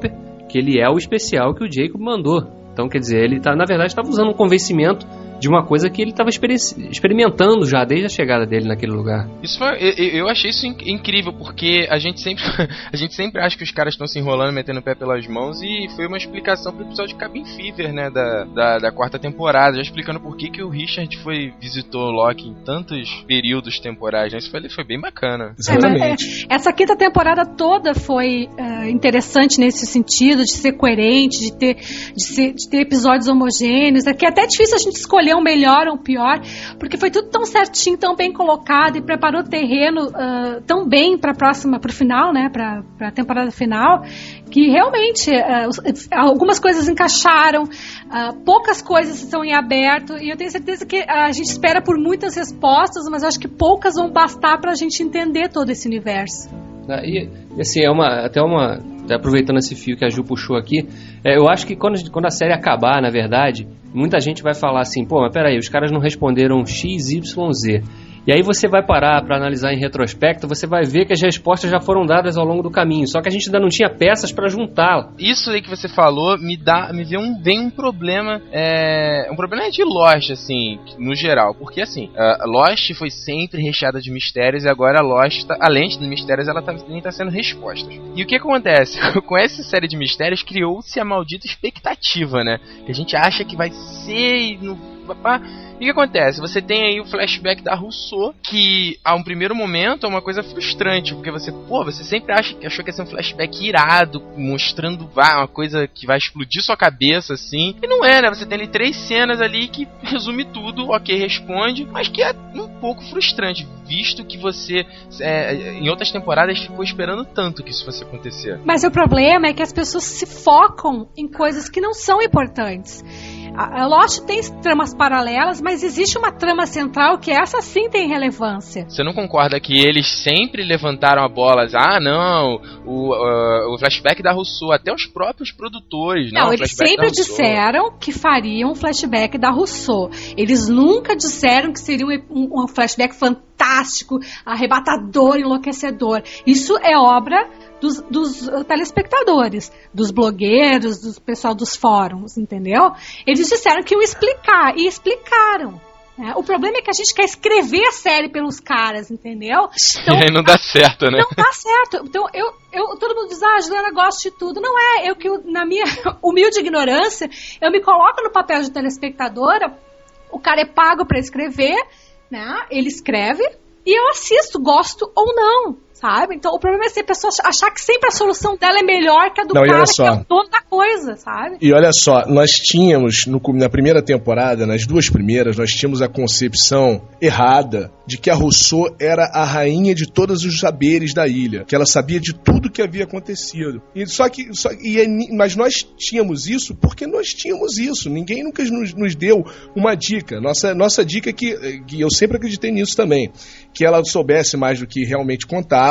que ele é o especial que o Jacob mandou. Então, quer dizer, ele tá, na verdade estava usando um convencimento de uma coisa que ele estava experimentando já desde a chegada dele naquele lugar. Isso foi, eu, eu achei isso incrível, porque a gente sempre a gente sempre acha que os caras estão se enrolando, metendo o pé pelas mãos, e foi uma explicação pro episódio de Cabin Fever, né, da, da, da quarta temporada, já explicando por que, que o Richard foi, visitou o Loki em tantos períodos temporais, né? Isso foi, foi bem bacana. Exatamente. É, essa quinta temporada toda foi uh, interessante nesse sentido, de ser coerente, de ter, de ser, de ter episódios homogêneos, é que é até difícil a gente escolher o melhor ou o pior, porque foi tudo tão certinho, tão bem colocado e preparou o terreno uh, tão bem para a próxima, para o final, né, para a temporada final, que realmente uh, algumas coisas encaixaram, uh, poucas coisas estão em aberto, e eu tenho certeza que a gente espera por muitas respostas, mas eu acho que poucas vão bastar para a gente entender todo esse universo. E assim, é uma, até uma, aproveitando esse fio que a Ju puxou aqui, é, eu acho que quando, quando a série acabar, na verdade, muita gente vai falar assim, pô, mas peraí, os caras não responderam X, Y, Z. E aí você vai parar para analisar em retrospecto, você vai ver que as respostas já foram dadas ao longo do caminho, só que a gente ainda não tinha peças para juntá-la. Isso aí que você falou me dá, me vê um, vem um problema, é, um problema de Lost, assim, no geral, porque assim, uh, Lost foi sempre recheada de mistérios e agora a Lost, tá, além de mistérios, ela também tá sendo respostas. E o que acontece? Com essa série de mistérios criou-se a maldita expectativa, né? Que a gente acha que vai ser no... E o que acontece? Você tem aí o flashback da Rousseau, que a um primeiro momento é uma coisa frustrante, porque você, pô, você sempre acha, achou que ia ser um flashback irado, mostrando vai, uma coisa que vai explodir sua cabeça, assim. E não é, né? Você tem ali três cenas ali que resume tudo, ok, responde, mas que é um pouco frustrante, visto que você, é, em outras temporadas, ficou esperando tanto que isso fosse acontecer. Mas o problema é que as pessoas se focam em coisas que não são importantes. A Lost tem tramas paralelas, mas existe uma trama central que essa sim tem relevância. Você não concorda que eles sempre levantaram a bola? Ah, não, o, uh, o flashback da Rousseau, até os próprios produtores. Não, não eles sempre disseram que fariam um flashback da Rousseau. Eles nunca disseram que seria um, um flashback fantástico, arrebatador, enlouquecedor. Isso é obra Dos, dos telespectadores, dos blogueiros, do pessoal dos fóruns, entendeu? Eles disseram que iam explicar, e explicaram. Né? O problema é que a gente quer escrever a série pelos caras, entendeu? Então, e aí não dá certo, né? Não dá certo. Então, eu, eu, todo mundo diz, ah, a Juliana gosta de tudo. Não é, eu que, na minha humilde ignorância, eu me coloco no papel de telespectadora, o cara é pago pra escrever, né? Ele escreve, e eu assisto, gosto ou não. Sabe? Então o problema é se a pessoa achar que sempre a solução dela é melhor que a do não, cara que é o dono da coisa, sabe? E olha só, nós tínhamos no, na primeira temporada, nas duas primeiras, nós tínhamos a concepção errada de que a Rousseau era a rainha de todos os saberes da ilha, que ela sabia de tudo que havia acontecido. E só que, só, e é, mas nós tínhamos isso porque nós tínhamos isso. Ninguém nunca nos, nos deu uma dica. Nossa, nossa dica é que, que eu sempre acreditei nisso também, que ela soubesse mais do que realmente contava.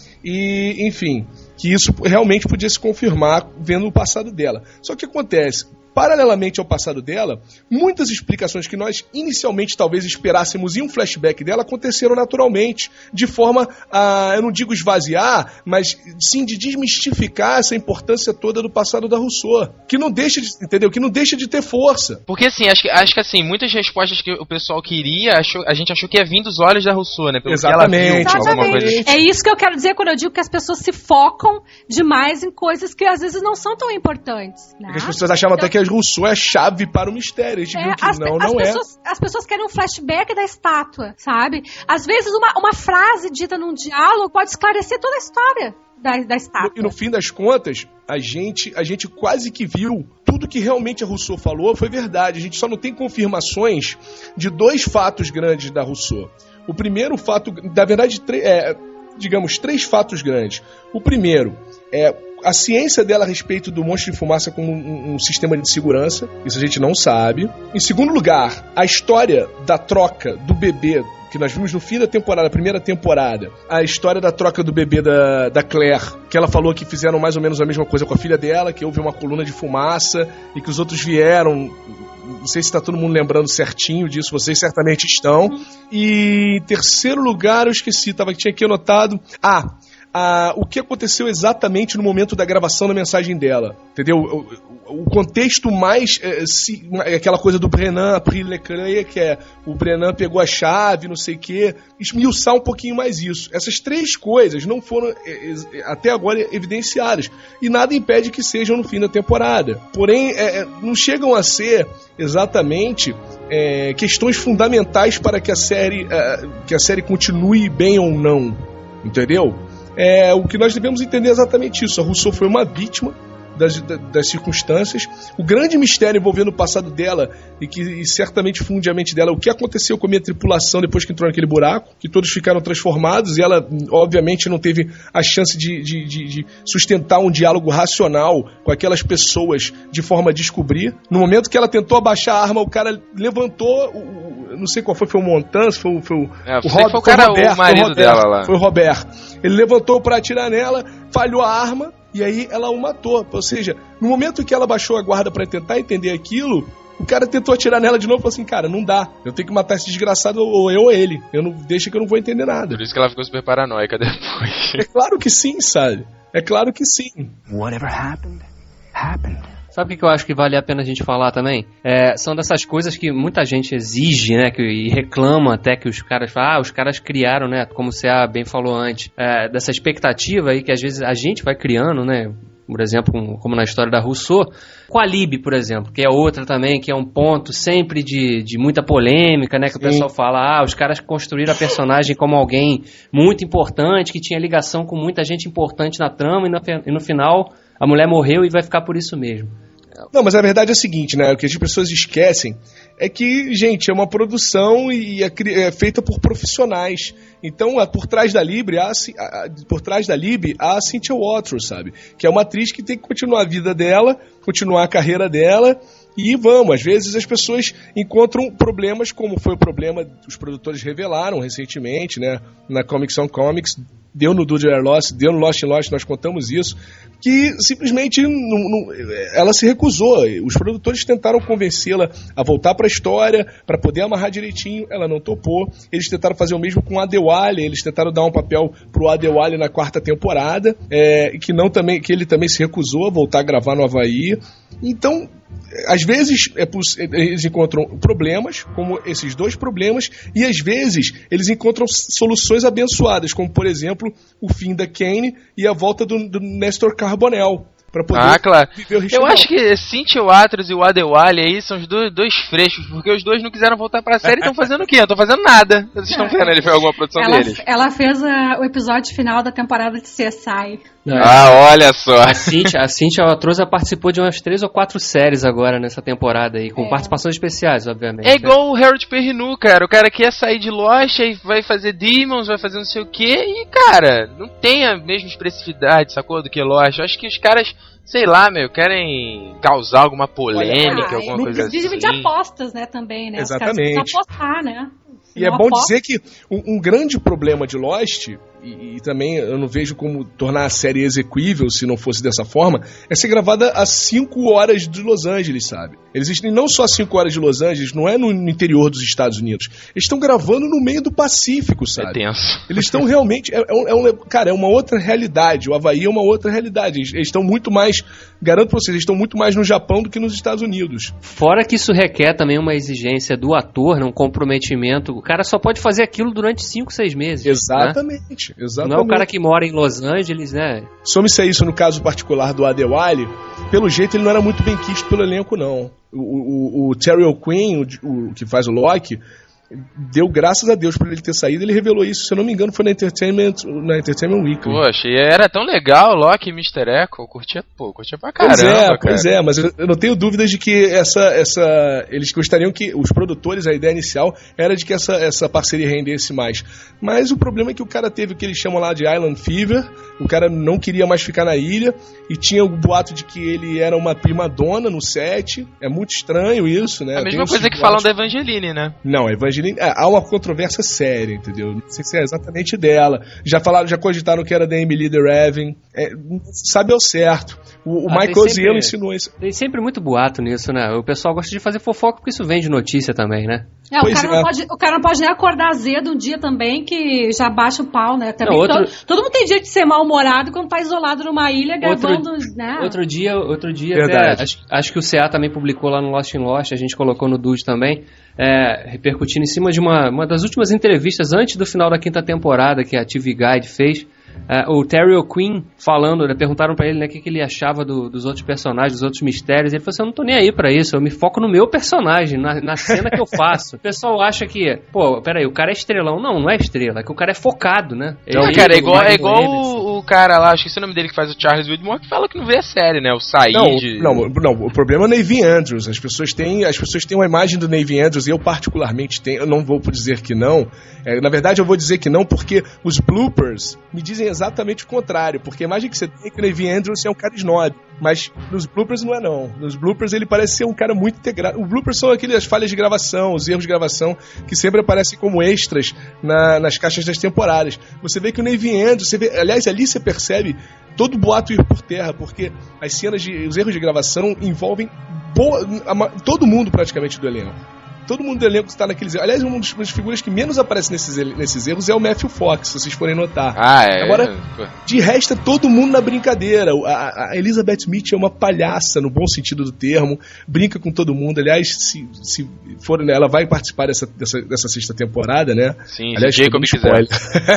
E, enfim, que isso realmente podia se confirmar vendo o passado dela. Só que acontece, paralelamente ao passado dela, muitas explicações que nós inicialmente talvez esperássemos em um flashback dela aconteceram naturalmente, de forma a, eu não digo esvaziar, mas sim de desmistificar essa importância toda do passado da Rousseau, que não deixa de, entendeu? Que não deixa de ter força. Porque assim, acho que, acho que assim, muitas respostas que o pessoal queria, achou, a gente achou que ia vir dos olhos da Rousseau, né? Pelo Exatamente. Que ela viu, alguma coisa assim. É isso que eu quero dizer quando eu digo que as pessoas se focam demais em coisas que às vezes não são tão importantes, né? Porque as pessoas achavam então, até que a Rousseau é a chave para o mistério. A gente é, viu que as, não, as não pessoas, é. As pessoas querem um flashback da estátua, sabe? Às vezes uma, uma frase dita num diálogo pode esclarecer toda a história da, da estátua. E no fim das contas, a gente, a gente quase que viu tudo que realmente a Rousseau falou foi verdade. A gente só não tem confirmações de dois fatos grandes da Rousseau. O primeiro fato, na verdade, é, digamos, três fatos grandes. O primeiro é a ciência dela a respeito do monstro de fumaça como um, um sistema de segurança. Isso a gente não sabe. Em segundo lugar, a história da troca do bebê que nós vimos no fim da temporada, primeira temporada, a história da troca do bebê da, da Claire, que ela falou que fizeram mais ou menos a mesma coisa com a filha dela, que houve uma coluna de fumaça e que os outros vieram. Não sei se está todo mundo lembrando certinho disso, vocês certamente estão. E em terceiro lugar, eu esqueci, tava, tinha aqui anotado. Ah, a, o que aconteceu exatamente no momento da gravação da mensagem dela, entendeu? O, o contexto mais, é, se, aquela coisa do Brennan, April Leclerc, que é o Brennan pegou a chave, não sei o quê, esmiuçar um pouquinho mais isso. Essas três coisas não foram é, é, até agora evidenciadas, e nada impede que sejam no fim da temporada. Porém, é, não chegam a ser exatamente é, questões fundamentais para que a série, é, que a série continue bem ou não, entendeu? É, o que nós devemos entender é exatamente isso. A Rousseau foi uma vítima das, das circunstâncias. O grande mistério envolvendo o passado dela, e que e certamente funde a mente dela, o que aconteceu com a minha tripulação depois que entrou naquele buraco, que todos ficaram transformados, e ela obviamente não teve a chance de, de, de, de sustentar um diálogo racional com aquelas pessoas de forma a descobrir. No momento que ela tentou abaixar a arma, o cara levantou, o, não sei qual foi, foi o Montans, foi, foi o, é, o, Rob, foi o cara, foi o, Robert, o marido foi o Robert, dela lá. Foi o Robert. Ele levantou pra atirar nela, falhou a arma, e aí ela o matou. Ou seja, no momento que ela baixou a guarda pra tentar entender aquilo, o cara tentou atirar nela de novo e falou assim, cara, não dá, eu tenho que matar esse desgraçado, ou eu ou ele, eu não, deixa que eu não vou entender nada. Por isso que ela ficou super paranoica depois. É claro que sim, sabe? É claro que sim. Whatever happened, happened. Sabe o que eu acho que vale a pena a gente falar também? É, são dessas coisas que muita gente exige, né? Que, e reclama até que os caras... Ah, os caras criaram, né? Como o C A bem falou antes. É, dessa expectativa aí que às vezes a gente vai criando, né? Por exemplo, como na história da Rousseau. Com a Lib, por exemplo, que é outra também, que é um ponto sempre de, de muita polêmica, né? Que Sim. o pessoal fala, ah, os caras construíram a personagem como alguém muito importante, que tinha ligação com muita gente importante na trama, e no, e no final a mulher morreu e vai ficar por isso mesmo. Não, mas a verdade é a seguinte, né? O que as pessoas esquecem é que, gente, é uma produção e é, é feita por profissionais. Então, por trás da Lib, há, por trás da Lib, há a Cynthia Watro, sabe? Que é uma atriz que tem que continuar a vida dela, continuar a carreira dela. E vamos, às vezes as pessoas encontram problemas, como foi o problema que os produtores revelaram recentemente, né? Na Comics on Comics, deu no Do Your Lost, deu no Lost in Lost, nós contamos isso, que simplesmente não, não, ela se recusou. Os produtores tentaram convencê-la a voltar para a história, para poder amarrar direitinho, ela não topou. Eles tentaram fazer o mesmo com o Adewale, eles tentaram dar um papel pro Adewale na quarta temporada, é, que, não também, que ele também se recusou a voltar a gravar no Havaí. Então, às vezes é, eles encontram problemas, como esses dois problemas, e às vezes eles encontram soluções abençoadas, como por exemplo o fim da Kane e a volta do, do Nestor Carbonell, para poder ah, claro. viver o Eu final. Acho que Cynthia Watros e o Adewale aí são os dois, dois freixos, porque os dois não quiseram voltar pra série e estão fazendo o quê? Não estão fazendo nada. Vocês estão vendo ele foi alguma produção ela, deles? Ela fez uh, o episódio final da temporada de C S I. É. Ah, olha só. A Cynthia, a Cynthia Watros participou de umas três ou quatro séries agora nessa temporada aí, com é. participações especiais, obviamente. É igual o Harold Perrineau, cara. O cara quer sair de Lost, aí vai fazer Demons, vai fazer não sei o quê, e, cara, não tem a mesma expressividade, sacou, do que Lost. Eu acho que os caras, sei lá, meu, querem causar alguma polêmica, ah, alguma coisa assim. Eles de apostas, né, também, né? Exatamente. Os caras precisam apostar, né? E é bom dizer que um, um grande problema de Lost, e, e também eu não vejo como tornar a série execuível se não fosse dessa forma, é ser gravada a cinco horas de Los Angeles, sabe? Eles existem não só cinco horas de Los Angeles, não é no, no interior dos Estados Unidos. Eles estão gravando no meio do Pacífico, sabe? É tenso. Eles estão realmente... É, é, um, é um, cara, é uma outra realidade. O Havaí é uma outra realidade. Eles, eles estão muito mais... Garanto pra vocês, eles estão muito mais no Japão do que nos Estados Unidos. Fora que isso requer também uma exigência do ator, né, um comprometimento. O cara só pode fazer aquilo durante cinco, seis meses. Exatamente, né? exatamente. Não é o cara que mora em Los Angeles, né? Some-se a isso no caso particular do Adewale, pelo jeito ele não era muito bem quisto pelo elenco, não. O, o, o Terry O'Quinn, o, o que faz o Loki, deu graças a Deus por ele ter saído. Ele revelou isso, se eu não me engano, foi na Entertainment, na Entertainment Weekly. Poxa, e era tão legal, Loki e mister Echo, eu curtia, pô, curtia pra caramba. Pois é, cara. pois é, mas eu, eu não tenho dúvidas de que essa, essa, eles gostariam que, os produtores, a ideia inicial era de que essa, essa parceria rendesse mais. Mas o problema é que o cara teve o que eles chamam lá de Island Fever, o cara não queria mais ficar na ilha, e tinha o boato de que ele era uma primadona no set, é muito estranho isso, né? A mesma coisa que falam da Evangeline, né? Não, a Evangeline nem, é, há uma controvérsia séria, entendeu? Não sei se é exatamente dela. Já falaram, já cogitaram que era da Emily the Raven. É, sabe ao certo. O, o ah, Michael Oziel ensinou isso. Tem sempre muito boato nisso, né? O pessoal gosta de fazer fofoca porque isso vem de notícia também, né? É, o, cara é. Não pode, o cara não pode nem acordar azedo um dia também, que já baixa o pau, né? Também, não, outro... todo, todo mundo tem direito de ser mal-humorado quando tá isolado numa ilha gravando, outro, né? Outro dia, outro dia até, acho, acho que o C A também publicou lá no Lost in Lost, a gente colocou no Dude também, é, repercutindo em cima de uma, uma das últimas entrevistas antes do final da quinta temporada que a T V Guide fez. Uh, o Terry O'Quinn falando, né, perguntaram pra ele, né, o que, que ele achava do, dos outros personagens, dos outros mistérios. Ele falou assim: eu não tô nem aí pra isso, eu me foco no meu personagem, na, na cena que eu faço. O pessoal acha que, pô, peraí, o cara é estrelão. Não, não é estrela, é que o cara é focado, né? Não, ele, cara, é igual, é igual o, o cara lá, acho que esse é o nome dele que faz o Charles Widmore, que fala que não vê a série, né? O Said. Não, não, não, o problema é o Navy Andrews. As pessoas têm, as pessoas têm uma imagem do Navy Andrews, e eu particularmente tenho, eu não vou dizer que não. É, na verdade, eu vou dizer que não, porque os bloopers me dizem exatamente o contrário, porque a imagem que você tem é que o Navy Andrews é um cara snob, mas nos bloopers não é não. Nos bloopers ele parece ser um cara muito integrado. Os bloopers são aquelas falhas de gravação, os erros de gravação que sempre aparecem como extras na, nas caixas das temporadas. Você vê que o Navy Andrews, você vê, aliás, ali você percebe todo o boato ir por terra, porque as cenas de, os erros de gravação envolvem boa, todo mundo praticamente do elenco. Todo mundo do elenco está naqueles erros. Aliás, uma das figuras que menos aparece nesses, nesses erros é o Matthew Fox, se vocês forem notar. Ah, é. Agora, de resto, é todo mundo na brincadeira. A, a Elizabeth Mitchell é uma palhaça, no bom sentido do termo. Brinca com todo mundo. Aliás, se, se for, né, ela vai participar dessa, dessa, dessa sexta temporada, né? Sim, aliás, Jacob quiser.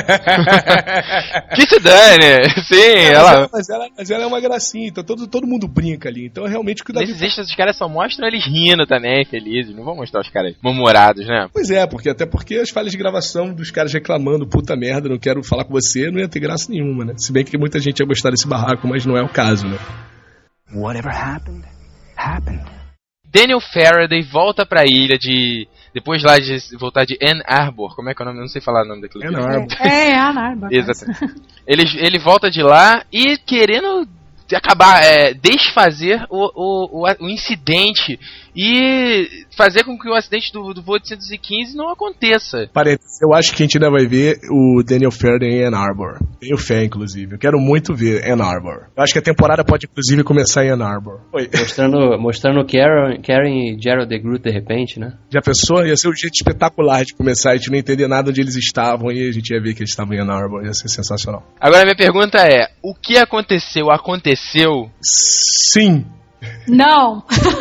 Que se dane! Sim, é, ela... Mas, ela... mas ela é uma gracinha, então todo, todo mundo brinca ali. Então, é realmente o que o Davi... Nesses extras, os caras só mostram eles rindo também, felizes. Não vão mostrar os caras mal-humorados, né? Pois é, porque até porque as falhas de gravação dos caras reclamando, puta merda, não quero falar com você, não ia ter graça nenhuma, né? Se bem que muita gente ia gostar desse barraco, mas não é o caso, né? Whatever happened, happened. Daniel Faraday volta pra ilha de... Depois lá de voltar de Ann Arbor. Como é que é o nome? Eu não sei falar o nome daquilo. Ann Arbor. É, é Ann Arbor. Exatamente. Ele, ele volta de lá e querendo... acabar, é, desfazer o, o, o, o incidente e fazer com que o acidente do, do voo oitocentos e quinze não aconteça. Parênteses, eu acho que a gente ainda vai ver o Daniel Faraday em Ann Arbor. Tenho fé, inclusive. Eu quero muito ver Ann Arbor. Eu acho que a temporada pode, inclusive, começar em Ann Arbor. Oi. Mostrando, mostrando Karen, Karen e Gerald de Groot de repente, né? Já pensou? Ia ser um jeito espetacular de começar, a gente não entender nada onde eles estavam e a gente ia ver que eles estavam em Ann Arbor. Ia ser sensacional. Agora, minha pergunta é, o que aconteceu? Aconteceu? Sim. Não.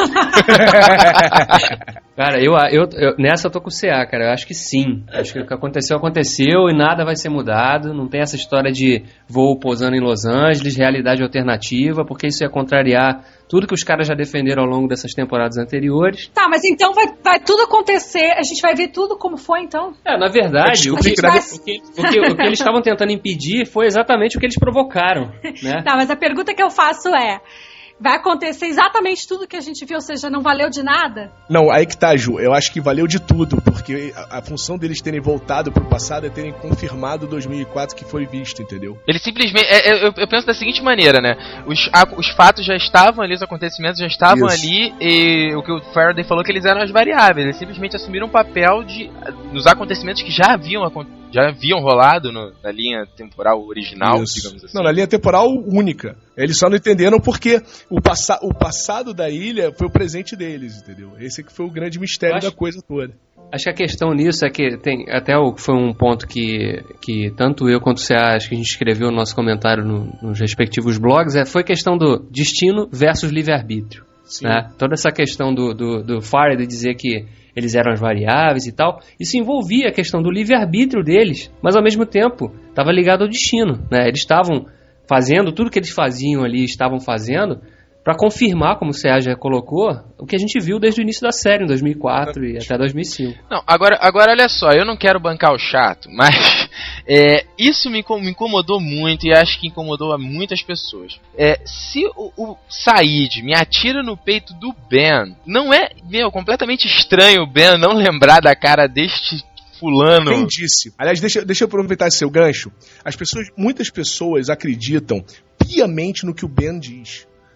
Cara, eu, eu, eu nessa eu tô com o C A, cara. Eu acho que sim. Acho que o que aconteceu, aconteceu e nada vai ser mudado. Não tem essa história de voo pousando em Los Angeles, realidade alternativa, porque isso ia contrariar tudo que os caras já defenderam ao longo dessas temporadas anteriores. Tá, mas então vai, vai tudo acontecer, a gente vai ver tudo como foi, então? É, na verdade, o que, vai... o, que, o, que, o que eles estavam tentando impedir foi exatamente o que eles provocaram, né? Tá, mas a pergunta que eu faço é... vai acontecer exatamente tudo que a gente viu, ou seja, não valeu de nada? Não, aí que tá, Ju. Eu acho que valeu de tudo, porque a, a função deles terem voltado pro passado é terem confirmado dois mil e quatro que foi visto, entendeu? Ele simplesmente... É, é, eu, eu penso da seguinte maneira, né? Os, a, os fatos já estavam ali, os acontecimentos já estavam Isso. ali, e o que o Faraday falou que eles eram as variáveis. Eles simplesmente assumiram um papel de, nos acontecimentos que já haviam acontecido. Já haviam rolado no, na linha temporal original, Isso. digamos assim. Não, na linha temporal única. Eles só não entenderam porque o, passa- o passado da ilha foi o presente deles, entendeu? Esse que foi o grande mistério acho, da coisa toda. Acho que a questão nisso é que tem até o, foi um ponto que, que tanto eu quanto o C A, acho que a gente escreveu no nosso comentário no, nos respectivos blogs, é, foi questão do destino versus livre-arbítrio. Né? Toda essa questão do, do, do Faraday dizer que eles eram as variáveis e tal, isso envolvia a questão do livre-arbítrio deles, mas ao mesmo tempo estava ligado ao destino, né? Eles estavam fazendo tudo que eles faziam ali, estavam fazendo para confirmar, como o C A já colocou, o que a gente viu desde o início da série, em dois mil e quatro e até dois mil e cinco. Não, agora, agora olha só, eu não quero bancar o chato, mas é, isso me incomodou muito e acho que incomodou a muitas pessoas. É, se o, o Said me atira no peito do Ben, não é, meu, completamente estranho o Ben não lembrar da cara deste fulano? Quem disse? Aliás, deixa, deixa eu aproveitar esse seu gancho. As pessoas, muitas pessoas acreditam piamente no que o Ben diz.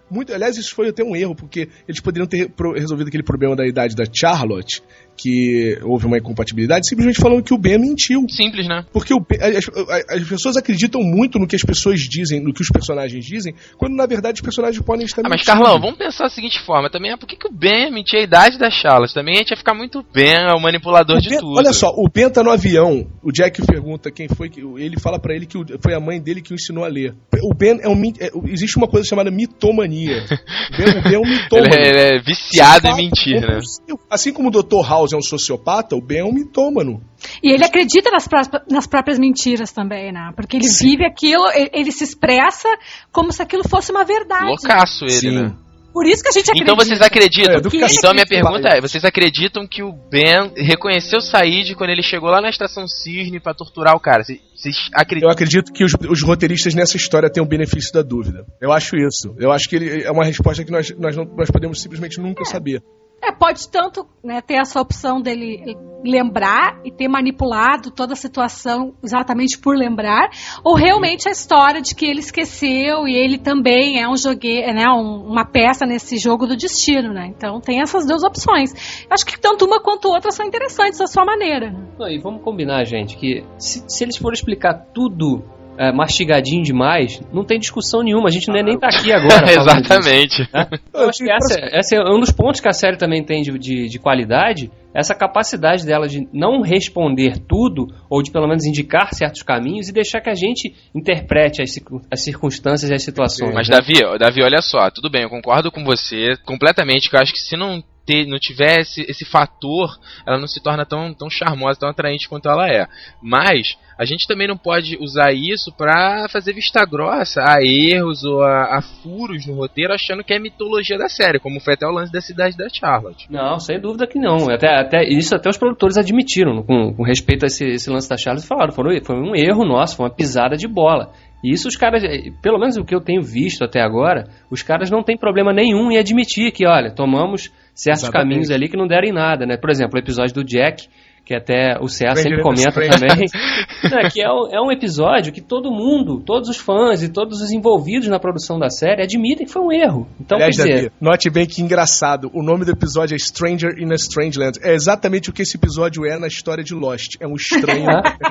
muito, aliás, isso foi até um erro, porque eles poderiam ter resolvido aquele problema da idade da Charlotte, que houve uma incompatibilidade, simplesmente falando que o Ben mentiu. Simples, né? Porque o Ben, as, as pessoas acreditam muito no que as pessoas dizem, no que os personagens dizem, quando na verdade os personagens podem estar ah, mentindo. Mas Carlão, vamos pensar da seguinte forma também, ah, por que, que o Ben mentia a idade da Charlotte? Também a gente ia ficar muito Ben, é o manipulador o de Ben, tudo. Olha só, o Ben tá no avião, o Jack pergunta quem foi, que ele fala pra ele que foi a mãe dele que o ensinou a ler. O Ben é um, é, existe uma coisa chamada mitomania. O Ben, o Ben é um mitômano. Ele é, ele é viciado em mentir, né? Assim como o doutor House é um sociopata, o Ben é um mitômano. E ele acredita nas, pró- nas próprias mentiras também, né? Porque ele Sim. vive aquilo, ele, ele se expressa como se aquilo fosse uma verdade. Loucaço ele, Sim. né? Por isso que a gente acredita. Então vocês acreditam? É, que, então a minha pergunta é, vocês acreditam que o Ben reconheceu o Said quando ele chegou lá na Estação Cisne pra torturar o cara? Vocês acreditam? Eu acredito que os, os roteiristas nessa história têm o benefício da dúvida. Eu acho isso. Eu acho que ele, é uma resposta que nós, nós, não, nós podemos simplesmente nunca é. saber. É, pode tanto, né, ter essa opção dele lembrar e ter manipulado toda a situação exatamente por lembrar, ou realmente a história de que ele esqueceu e ele também é um jogue, né, um, uma peça nesse jogo do destino, né? Então tem essas duas opções. Acho que tanto uma quanto outra são interessantes da sua maneira. Né? Não, e vamos combinar, gente, que se, se eles forem explicar tudo É, mastigadinho demais, não tem discussão nenhuma, a gente não é nem tá aqui agora. Exatamente. Disso, né? Eu acho que essa, essa é um dos pontos que a série também tem de, de, de qualidade, essa capacidade dela de não responder tudo, ou de pelo menos indicar certos caminhos e deixar que a gente interprete as, as circunstâncias e as situações. Mas né? Davi, Davi, olha só, tudo bem, eu concordo com você completamente, que eu acho que se não não tiver esse, esse fator, ela não se torna tão, tão charmosa, tão atraente quanto ela é. Mas a gente também não pode usar isso pra fazer vista grossa a erros ou a, a furos no roteiro, achando que é mitologia da série, como foi até o lance da cidade da Charlotte. Não, sem dúvida que não. Até, até, isso até os produtores admitiram, com, com respeito a esse, esse lance da Charlotte, falaram, foi, foi um erro nosso, foi uma pisada de bola. E isso os caras, pelo menos o que eu tenho visto até agora, os caras não têm problema nenhum em admitir que, olha, tomamos certos Exatamente. caminhos ali que não deram em nada, né? Por exemplo, o episódio do Jack, que até o C A sempre comenta também, né, que é um, é um episódio que todo mundo, todos os fãs e todos os envolvidos na produção da série admitem que foi um erro. Então, Aliás, quer dizer... Davi, note bem que engraçado, o nome do episódio é Stranger in a Strange Land. É exatamente o que esse episódio é na história de Lost. É um estranho,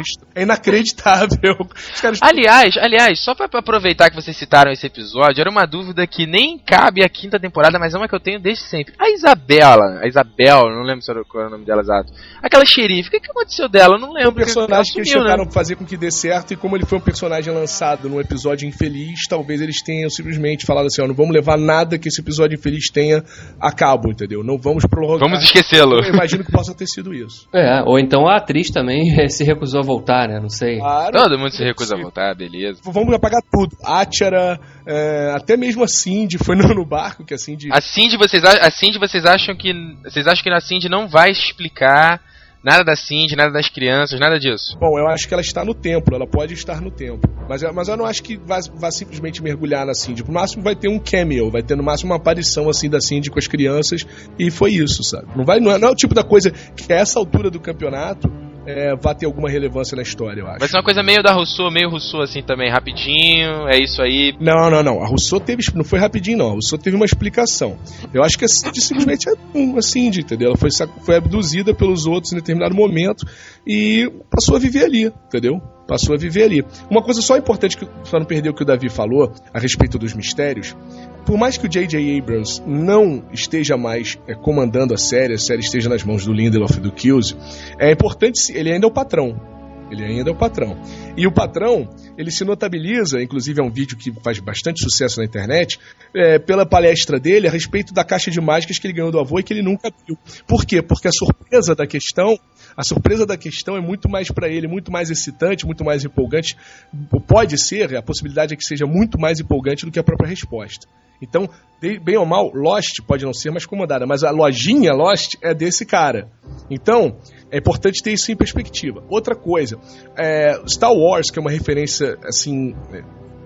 é inacreditável. Os caras... Aliás, aliás, só pra aproveitar que vocês citaram esse episódio, era uma dúvida que nem cabe à quinta temporada, mas é uma que eu tenho desde sempre. A Isabela, a Isabel, não lembro qual é o nome dela exato. Aquela xerife, o que, que aconteceu dela? Eu não lembro. O personagem que, que, que eles tentaram né? fazer com que dê certo, e como ele foi um personagem lançado num episódio infeliz, talvez eles tenham simplesmente falado assim, ó, não vamos levar nada que esse episódio infeliz tenha a cabo, entendeu? Não vamos prorrogar. Vamos esquecê-lo. Eu imagino que possa ter sido isso. É, ou então a atriz também se recusou a voltar, né? Não sei. Claro, todo mundo se recusa a voltar, beleza. Vamos apagar tudo. Átira, é, até mesmo a Cindy foi no, no barco, que a Cindy... A Cindy, vocês, a Cindy, vocês acham que... Vocês acham que a Cindy não vai explicar... Nada da Cindy, nada das crianças, nada disso. Bom, eu acho que ela está no templo, ela pode estar no templo. Mas, mas eu não acho que vá, vá simplesmente mergulhar na Cindy. No máximo vai ter um cameo, vai ter no máximo uma aparição assim da Cindy com as crianças. E foi isso, sabe? Não, vai, não, é, não é o tipo da coisa que a essa altura do campeonato é, vai ter alguma relevância na história, eu acho. Vai ser uma coisa meio da Rousseau, meio Rousseau assim também, rapidinho, é isso aí. Não, não, não. A Rousseau teve, não foi rapidinho, não. A Rousseau teve uma explicação. Eu acho que a Cindy simplesmente é uma Cindy, entendeu? Ela foi, foi abduzida pelos outros em determinado momento e passou a viver ali, entendeu? Passou a viver ali. Uma coisa só importante, que só não perder o que o Davi falou a respeito dos mistérios. Por mais que o J J Abrams não esteja mais é, comandando a série, a série esteja nas mãos do Lindelof e do Cuse, é importante, ele ainda é o patrão. Ele ainda é o patrão. E o patrão, ele se notabiliza, inclusive é um vídeo que faz bastante sucesso na internet, é, pela palestra dele a respeito da caixa de mágicas que ele ganhou do avô e que ele nunca viu. Por quê? Porque a surpresa da questão, a surpresa da questão é muito mais para ele, muito mais excitante, muito mais empolgante. Pode ser, a possibilidade é que seja muito mais empolgante do que a própria resposta. Então, bem ou mal, Lost pode não ser mais comandada, mas a lojinha Lost é desse cara. Então, é importante ter isso em perspectiva. Outra coisa, é, Star Wars, que é uma referência, assim,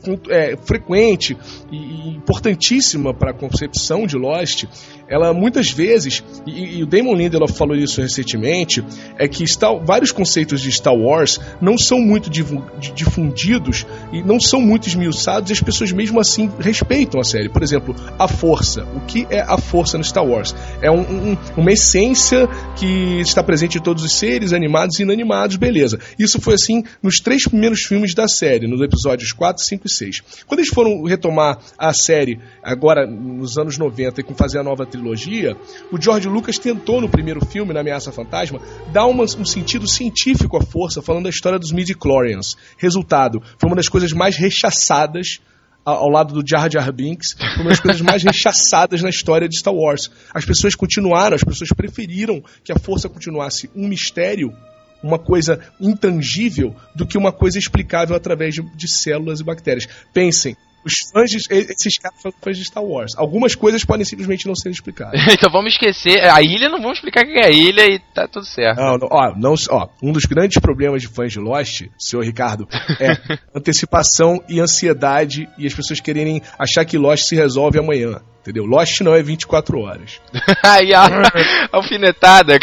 é, frequente e, e importantíssima para a concepção de Lost, ela muitas vezes, e, e o Damon Lindelof falou isso recentemente, é que Star, vários conceitos de Star Wars não são muito difundidos e não são muito esmiuçados, e as pessoas mesmo assim respeitam a série. Por exemplo, a força. O que é a força no Star Wars? É um, um, uma essência que está presente em todos os seres, animados e inanimados, beleza. Isso foi assim nos três primeiros filmes da série, nos episódios quatro, cinco e seis. Quando eles foram retomar a série, agora nos anos noventa, e fazer a nova trilogia, o George Lucas tentou no primeiro filme, na Ameaça Fantasma, dar uma, um sentido científico à força, falando da história dos midi-chlorians. Resultado, foi uma das coisas mais rechaçadas ao lado do Jar Jar Binks, foi uma das coisas mais rechaçadas na história de Star Wars. As pessoas continuaram, as pessoas preferiram que a força continuasse um mistério, uma coisa intangível, do que uma coisa explicável através de, de células e bactérias. Pensem, os fãs de, esses caras são fãs de Star Wars. Algumas coisas podem simplesmente não ser explicadas. Então vamos esquecer, a ilha, não vamos explicar o que é a ilha e tá tudo certo. Não, não, ó, não, ó, um dos grandes problemas de fãs de Lost, senhor Ricardo, é antecipação e ansiedade, e as pessoas quererem achar que Lost se resolve amanhã. Entendeu? Lost não é vinte e quatro horas. Aí a alfinetada.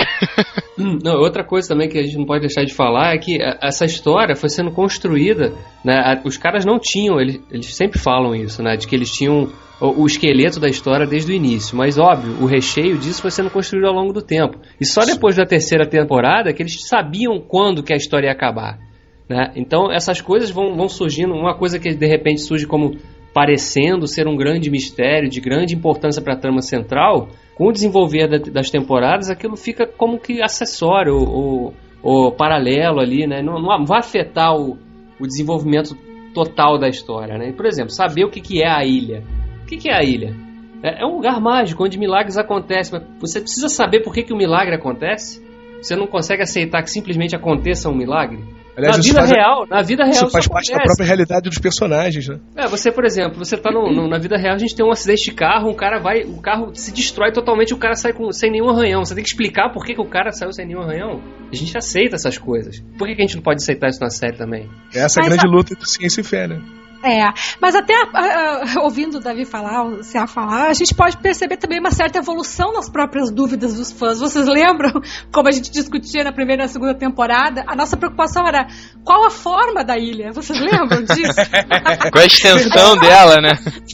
Não, outra coisa também que a gente não pode deixar de falar é que essa história foi sendo construída, né? Os caras não tinham, eles, eles sempre falam isso, né? De que eles tinham o, o esqueleto da história desde o início. Mas óbvio, o recheio disso foi sendo construído ao longo do tempo. E só depois da terceira temporada que eles sabiam quando que a história ia acabar, né? Então essas coisas vão, vão surgindo. Uma coisa que de repente surge como parecendo ser um grande mistério, de grande importância para a trama central, com o desenvolver da, das temporadas, aquilo fica como que acessório ou, ou paralelo ali, né? Não, não vai afetar o, o desenvolvimento total da história, né? Por exemplo, saber o que, que é a ilha. O que, que é a ilha? É, é um lugar mágico, onde milagres acontecem, mas você precisa saber por que, que o milagre acontece. Você não consegue aceitar que simplesmente aconteça um milagre? Aliás, na vida faz, real, na vida real isso faz parte da própria realidade dos personagens, né? É, você, por exemplo, você tá no, no, na vida real, a gente tem um acidente de carro, um cara vai, o carro se destrói totalmente, o cara sai com, sem nenhum arranhão. Você tem que explicar por que, que o cara saiu sem nenhum arranhão. A gente aceita essas coisas. Por que, que a gente não pode aceitar isso na série também? É essa Mas grande a... luta entre ciência e fé, né? É, mas até uh, ouvindo o Davi falar, o C A falar, a gente pode perceber também uma certa evolução nas próprias dúvidas dos fãs. Vocês lembram como a gente discutia na primeira e na segunda temporada? A nossa preocupação era qual a forma da ilha? Vocês lembram disso? Qual a extensão a dela, né?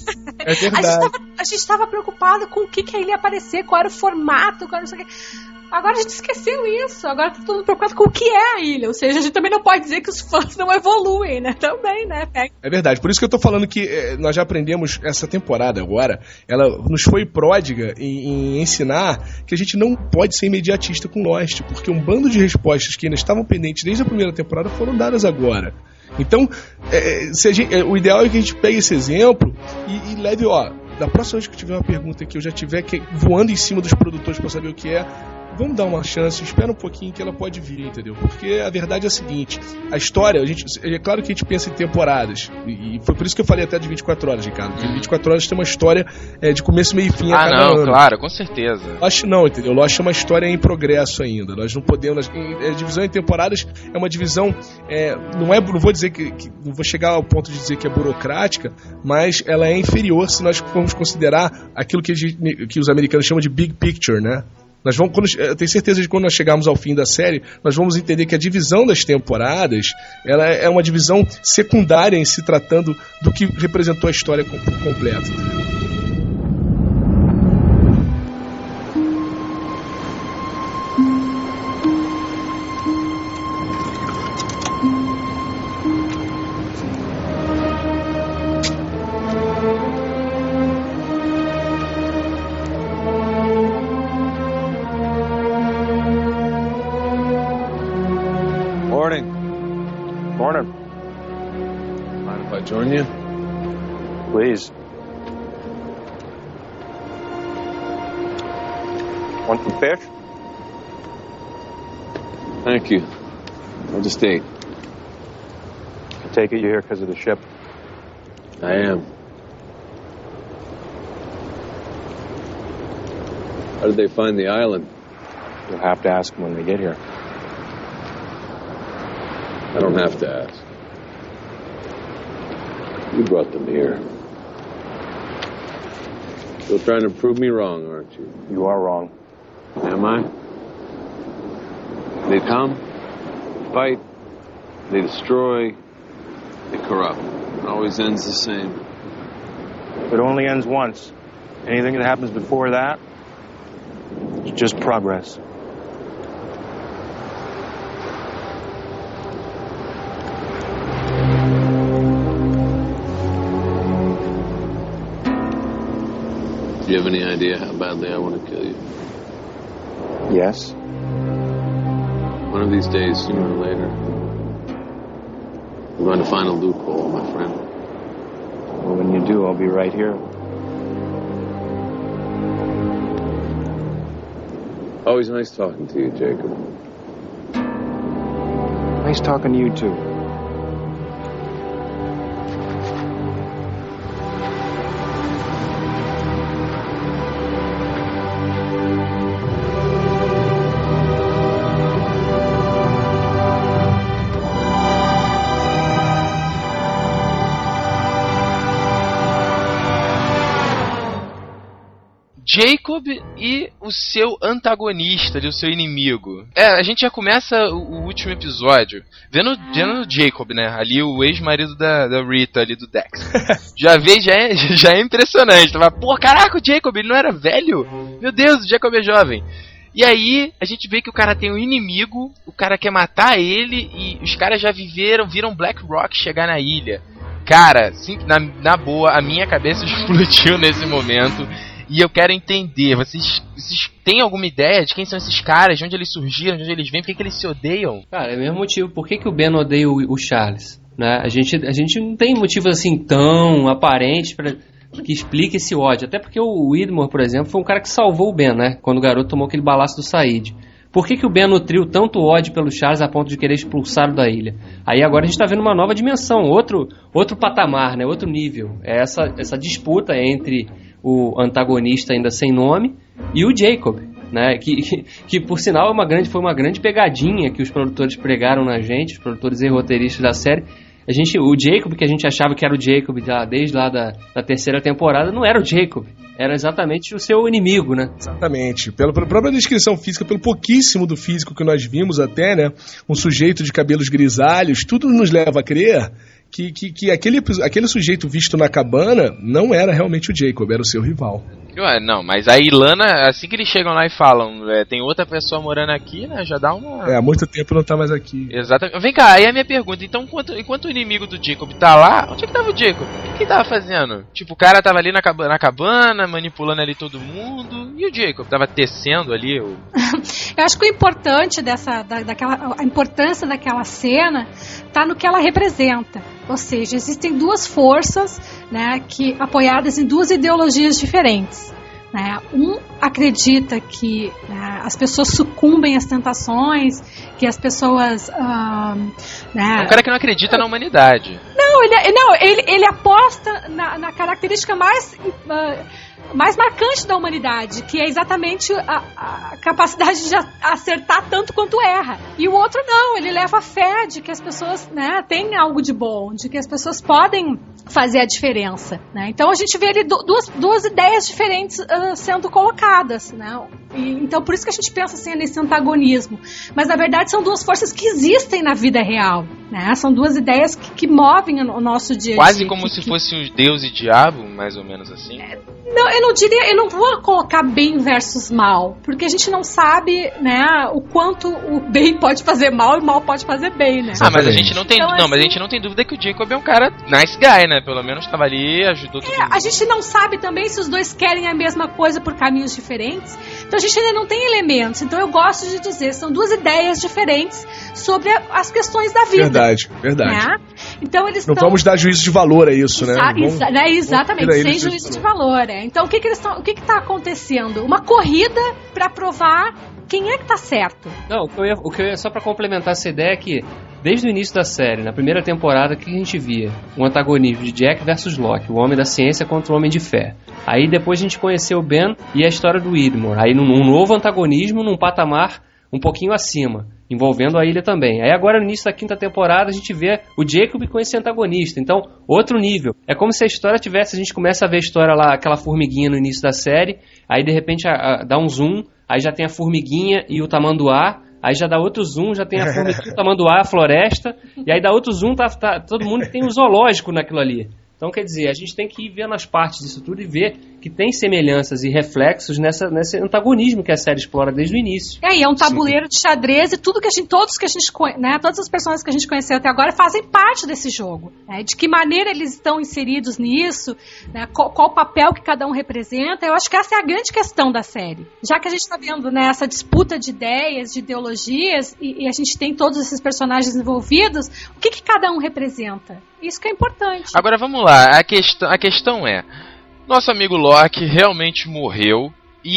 É verdade. A gente estava preocupado com o que, que a ilha ia aparecer, qual era o formato, qual era não sei o que. Agora a gente esqueceu isso, agora tá todo mundo preocupado com o que é a ilha, ou seja, a gente também não pode dizer que os fãs não evoluem, né, também, né. É verdade, por isso que eu tô falando que eh, nós já aprendemos essa temporada agora, ela nos foi pródiga em, em ensinar que a gente não pode ser imediatista com Lost, porque um bando de respostas que ainda estavam pendentes desde a primeira temporada foram dadas agora. Então, eh, se a gente, eh, o ideal é que a gente pegue esse exemplo e, e leve, ó, da próxima vez que eu tiver uma pergunta que eu já tiver que, voando em cima dos produtores para saber o que é, vamos dar uma chance, espera um pouquinho que ela pode vir, entendeu? Porque a verdade é a seguinte, a história, a gente, é claro que a gente pensa em temporadas, e, e foi por isso que eu falei até de vinte e quatro horas, Ricardo, porque vinte e quatro horas tem uma história é, de começo, meio e fim a ah, cada não, ano. Claro, com certeza. Lost não, entendeu? Lost é uma história em progresso ainda, nós não podemos, a divisão em temporadas é uma divisão, é, não, é, não vou dizer que, que, não vou chegar ao ponto de dizer que é burocrática, mas ela é inferior se nós formos considerar aquilo que, a gente, que os americanos chamam de big picture, né? Nós vamos, quando, eu tenho certeza de que quando nós chegarmos ao fim da série, nós vamos entender que a divisão das temporadas ela é uma divisão secundária em se tratando do que representou a história por completo. Join you? Please. Want some fish? Thank you. I'll just eat. I take it you're here because of the ship? I am. How did they find the island? You'll have to ask them when they get here. I don't have to ask. You brought them here. Still trying to prove me wrong, aren't you? You are wrong. Am I? They come, fight, they destroy, they corrupt. It always ends the same. It only ends once. Anything that happens before that, it's just progress. Do you have any idea how badly I want to kill you? Yes. One of these days, sooner or later, we're going to find a loophole, my friend. Well, when you do, I'll be right here. Always nice talking to you, Jacob. Nice talking to you, too. Jacob e o seu antagonista, o seu inimigo. É, a gente já começa o, o último episódio vendo, vendo o Jacob, né? Ali o ex-marido da, da Rita, ali do Dex. Já vê, já é, já é impressionante. Tava, pô, caraca, o Jacob, ele não era velho? Meu Deus, o Jacob é jovem. E aí, a gente vê que o cara tem um inimigo, o cara quer matar ele, e os caras já viveram, viram Black Rock chegar na ilha. Cara, sim, na, na boa, a minha cabeça explodiu nesse momento. E eu quero entender, vocês, vocês têm alguma ideia de quem são esses caras, de onde eles surgiram, de onde eles vêm, por que, que eles se odeiam? Cara, é o mesmo motivo, por que, que o Ben odeia o, o Charles? Né? A, gente, a gente não tem motivos assim tão aparentes pra, que explique esse ódio. Até porque o Widmore, por exemplo, foi um cara que salvou o Ben, né? Quando o garoto tomou aquele balaço do Said. Por que, que o Ben nutriu tanto ódio pelo Charles a ponto de querer expulsá-lo da ilha? Aí agora a gente está vendo uma nova dimensão, outro, outro patamar, né? Outro nível. É essa, essa disputa entre o antagonista ainda sem nome e o Jacob, né? Que, que, que por sinal é uma grande, foi uma grande pegadinha que os produtores pregaram na gente, os produtores e roteiristas da série. A gente, o Jacob, que a gente achava que era o Jacob já desde lá da, da terceira temporada, não era o Jacob. Era exatamente o seu inimigo, né? Exatamente. Pela, pela própria descrição física, pelo pouquíssimo do físico que nós vimos até, né? Um sujeito de cabelos grisalhos, tudo nos leva a crer que, que, que aquele, aquele sujeito visto na cabana não era realmente o Jacob, era o seu rival. Ué, não, mas a Ilana, assim que eles chegam lá e falam, é, tem outra pessoa morando aqui, né, já dá uma... É, há muito tempo não tá mais aqui. Exatamente. Vem cá, aí a minha pergunta, então enquanto, enquanto o inimigo do Jacob tá lá, onde é que tava o Jacob? O que, que ele tava fazendo? Tipo, o cara tava ali na cabana, na cabana, manipulando ali todo mundo, e o Jacob tava tecendo ali o... Eu acho que o importante dessa, da, daquela, a importância daquela cena tá no que ela representa. Ou seja, existem duas forças, né, que, apoiadas em duas ideologias diferentes. Né? Um acredita que, né, as pessoas sucumbem às tentações, que as pessoas... Uh, né, é um cara que não acredita na humanidade. Não, ele, não, ele, ele aposta na, na característica mais... Uh, mais marcante da humanidade, que é exatamente a, a capacidade de acertar tanto quanto erra. E o outro não, ele leva a fé de que as pessoas, né, têm algo de bom, de que as pessoas podem fazer a diferença, né? Então a gente vê ali duas, duas ideias diferentes uh, sendo colocadas, né? E, então por isso que a gente pensa assim nesse antagonismo. Mas na verdade são duas forças que existem na vida real, né? São duas ideias que, que movem o nosso dia a dia. Quase como que, se que... fosse um Deus e diabo, mais ou menos assim. É, não, eu não diria, eu não vou colocar bem versus mal, porque a gente não sabe, né, o quanto o bem pode fazer mal e o mal pode fazer bem, né? Ah, mas a gente não tem, então, não, assim, mas a gente não tem dúvida que o Jacob é um cara nice guy, né? Pelo menos estava ali, ajudou todo é, mundo. A gente não sabe também se os dois querem a mesma coisa por caminhos diferentes. Então a gente ainda não tem elementos. Então eu gosto de dizer, são duas ideias diferentes sobre a, as questões da vida. Verdade, verdade. Né? Então eles não tão... vamos dar juízo de valor a isso, Exa- né? Vamos, exa- né? Exatamente, vamos sem juízo de valor. É. Então o que que eles tão, o que que está acontecendo? Uma corrida para provar quem é que tá certo. Não, o que eu ia, o que eu ia só para complementar essa ideia é que desde o início da série, na primeira temporada, que a gente via um antagonismo de Jack versus Locke, o homem da ciência contra o homem de fé. Aí depois a gente conheceu o Ben e a história do Widmore. Aí num, um novo antagonismo num patamar um pouquinho acima. envolvendo a ilha também. Aí agora no início da quinta temporada a gente vê o Jacob com esse antagonista, então outro nível. É como se a história tivesse, a gente começa a ver a história lá, aquela formiguinha no início da série, aí de repente a, a, dá um zoom, aí já tem a formiguinha e o tamanduá, aí já dá outro zoom, já tem a formiguinha, o tamanduá, a floresta, e aí dá outro zoom, tá, tá, todo mundo tem um zoológico naquilo ali. Então, quer dizer, a gente tem que ir vendo as partes disso tudo e ver que tem semelhanças e reflexos nessa, nesse antagonismo que a série explora desde o início. É, e é um tabuleiro Sim. de xadrez e tudo que a gente, todos que a gente, né, todas as personagens que a gente conheceu até agora fazem parte desse jogo. Né? De que maneira eles estão inseridos nisso, né? qual, qual o papel que cada um representa, eu acho que essa é a grande questão da série. Já que a gente está vendo, né, essa disputa de ideias, de ideologias, e, e a gente tem todos esses personagens envolvidos, o que, que cada um representa? Isso que é importante. Agora vamos lá, a questão, a questão é, nosso amigo Locke realmente morreu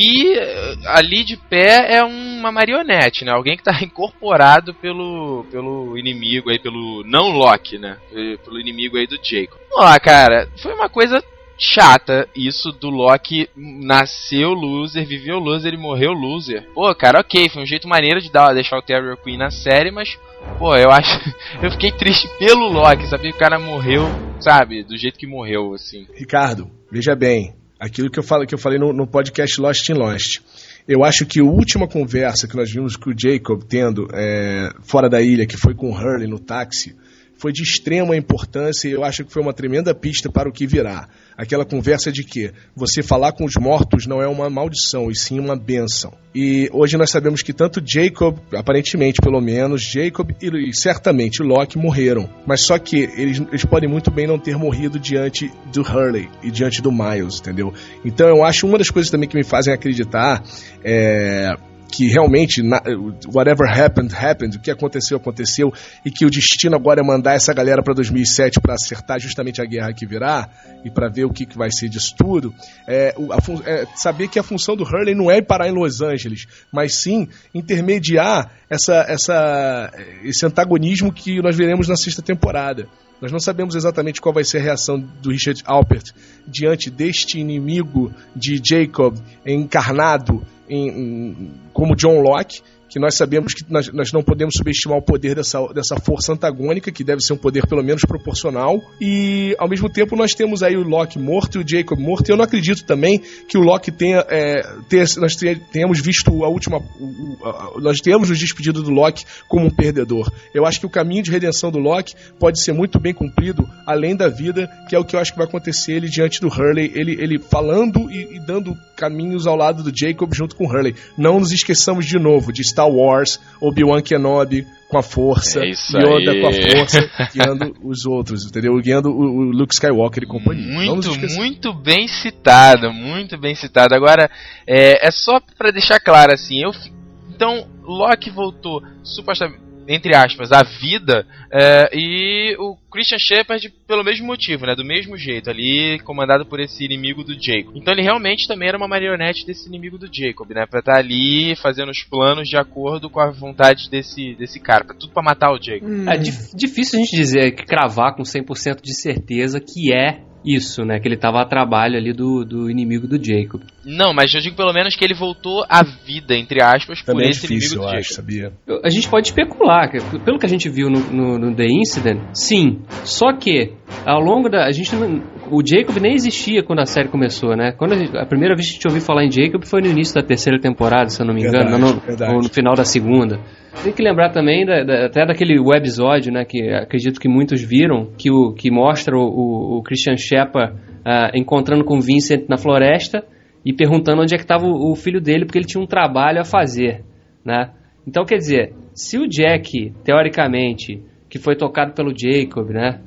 e ali de pé é uma marionete, né? Alguém que está incorporado pelo, pelo inimigo aí, pelo não Locke, né? Pelo inimigo aí do Jacob. Vamos lá, cara, foi uma coisa chata isso do Locke nasceu loser, viveu loser e morreu loser. Pô, cara, ok, foi um jeito maneiro de dar, deixar o Terrier Queen na série, mas pô, eu acho, eu fiquei triste pelo Locke, sabia que o cara morreu, sabe, do jeito que morreu, assim. Ricardo, veja bem, aquilo que eu, falo, que eu falei no, no podcast Lost in Lost. Eu acho que a última conversa que nós vimos com o Jacob tendo é, fora da ilha, que foi com o Hurley no táxi, foi de extrema importância e eu acho que foi uma tremenda pista para o que virá. Aquela conversa de que você falar com os mortos não é uma maldição, e sim uma bênção. E hoje nós sabemos que tanto Jacob, aparentemente pelo menos, Jacob e, e certamente Locke morreram. Mas só que eles, eles podem muito bem não ter morrido diante do Hurley e diante do Miles, entendeu? Então eu acho uma das coisas também que me fazem acreditar é... que realmente, whatever happened, happened, o que aconteceu, aconteceu, e que o destino agora é mandar essa galera para dois mil e sete para acertar justamente a guerra que virá, e para ver o que, que vai ser disso tudo, é, a, é, saber que a função do Hurley não é parar em Los Angeles, mas sim intermediar essa, essa, esse antagonismo que nós veremos na sexta temporada. Nós não sabemos exatamente qual vai ser a reação do Richard Alpert diante deste inimigo de Jacob encarnado em, em, como John Locke, que nós sabemos que nós, nós não podemos subestimar o poder dessa, dessa força antagônica, que deve ser um poder pelo menos proporcional, e ao mesmo tempo nós temos aí o Locke morto e o Jacob morto, e eu não acredito também que o Locke tenha, é, tenha nós tenhamos visto a última, o, a, nós tenhamos nos despedido do Locke como um perdedor. Eu acho que o caminho de redenção do Locke pode ser muito bem cumprido além da vida, que é o que eu acho que vai acontecer ele diante do Hurley, ele, ele falando e, e dando caminhos ao lado do Jacob junto com o Hurley. Não nos esqueçamos de novo de Star Wars, Obi-Wan Kenobi com a força, é Yoda aí. Com a força, guiando os outros, entendeu? Guiando o, o Luke Skywalker e companhia. Muito, muito bem citado, muito bem citado. Agora, é, é só pra deixar claro assim, eu, então, Locke voltou supostamente, entre aspas, a vida, é, e o Christian Shephard pelo mesmo motivo, né, do mesmo jeito, ali comandado por esse inimigo do Jacob. Então ele realmente também era uma marionete desse inimigo do Jacob, né, pra estar ali fazendo os planos de acordo com a vontade desse, desse cara, pra, tudo pra matar o Jacob. Hum. É dif- difícil a gente dizer, que cravar com cem por cento de certeza que é isso, né, que ele estava a trabalho ali do, do inimigo do Jacob. Não, mas eu digo pelo menos que ele voltou à vida, entre aspas, por também esse é difícil, inimigo do eu Jacob. acho, sabia? A gente pode especular, que, pelo que a gente viu no, no, no The Incident, sim. Só que, ao longo da... A gente não, o Jacob nem existia quando a série começou, né? Quando a, gente, a primeira vez que a gente ouviu falar em Jacob foi no início da terceira temporada, se eu não me engano, verdade, no, verdade. ou no final da segunda. Tem que lembrar também da, da, até daquele webisódio, né, que acredito que muitos viram, que, o, que mostra o, o, o Christian Shephard uh, encontrando com o Vincent na floresta e perguntando onde é que estava o, o filho dele, porque ele tinha um trabalho a fazer, né? Então, quer dizer, se o Jack, teoricamente, que foi tocado pelo Jacob, né,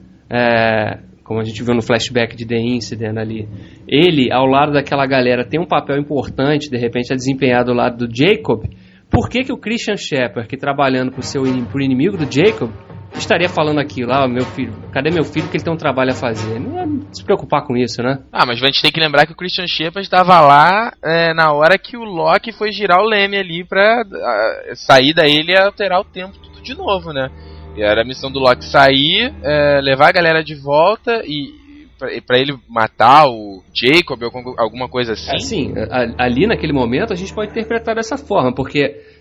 é, como a gente viu no flashback de The Incident ali, ele, ao lado daquela galera, tem um papel importante, de repente, a desempenhar do lado do Jacob. Por que que o Christian Shephard, que trabalhando pro, seu, pro inimigo do Jacob, estaria falando aquilo? Ah, meu filho, cadê meu filho que ele tem um trabalho a fazer? Não é se preocupar com isso, né? Ah, mas a gente tem que lembrar que o Christian Shephard estava lá é, na hora que o Locke foi girar o leme ali pra a, sair da ilha e alterar o tempo tudo de novo, né? E era a missão do Locke sair, é, levar a galera de volta e... pra ele matar o Jacob ou alguma coisa assim? Assim, ali naquele momento a gente pode interpretar dessa forma, porque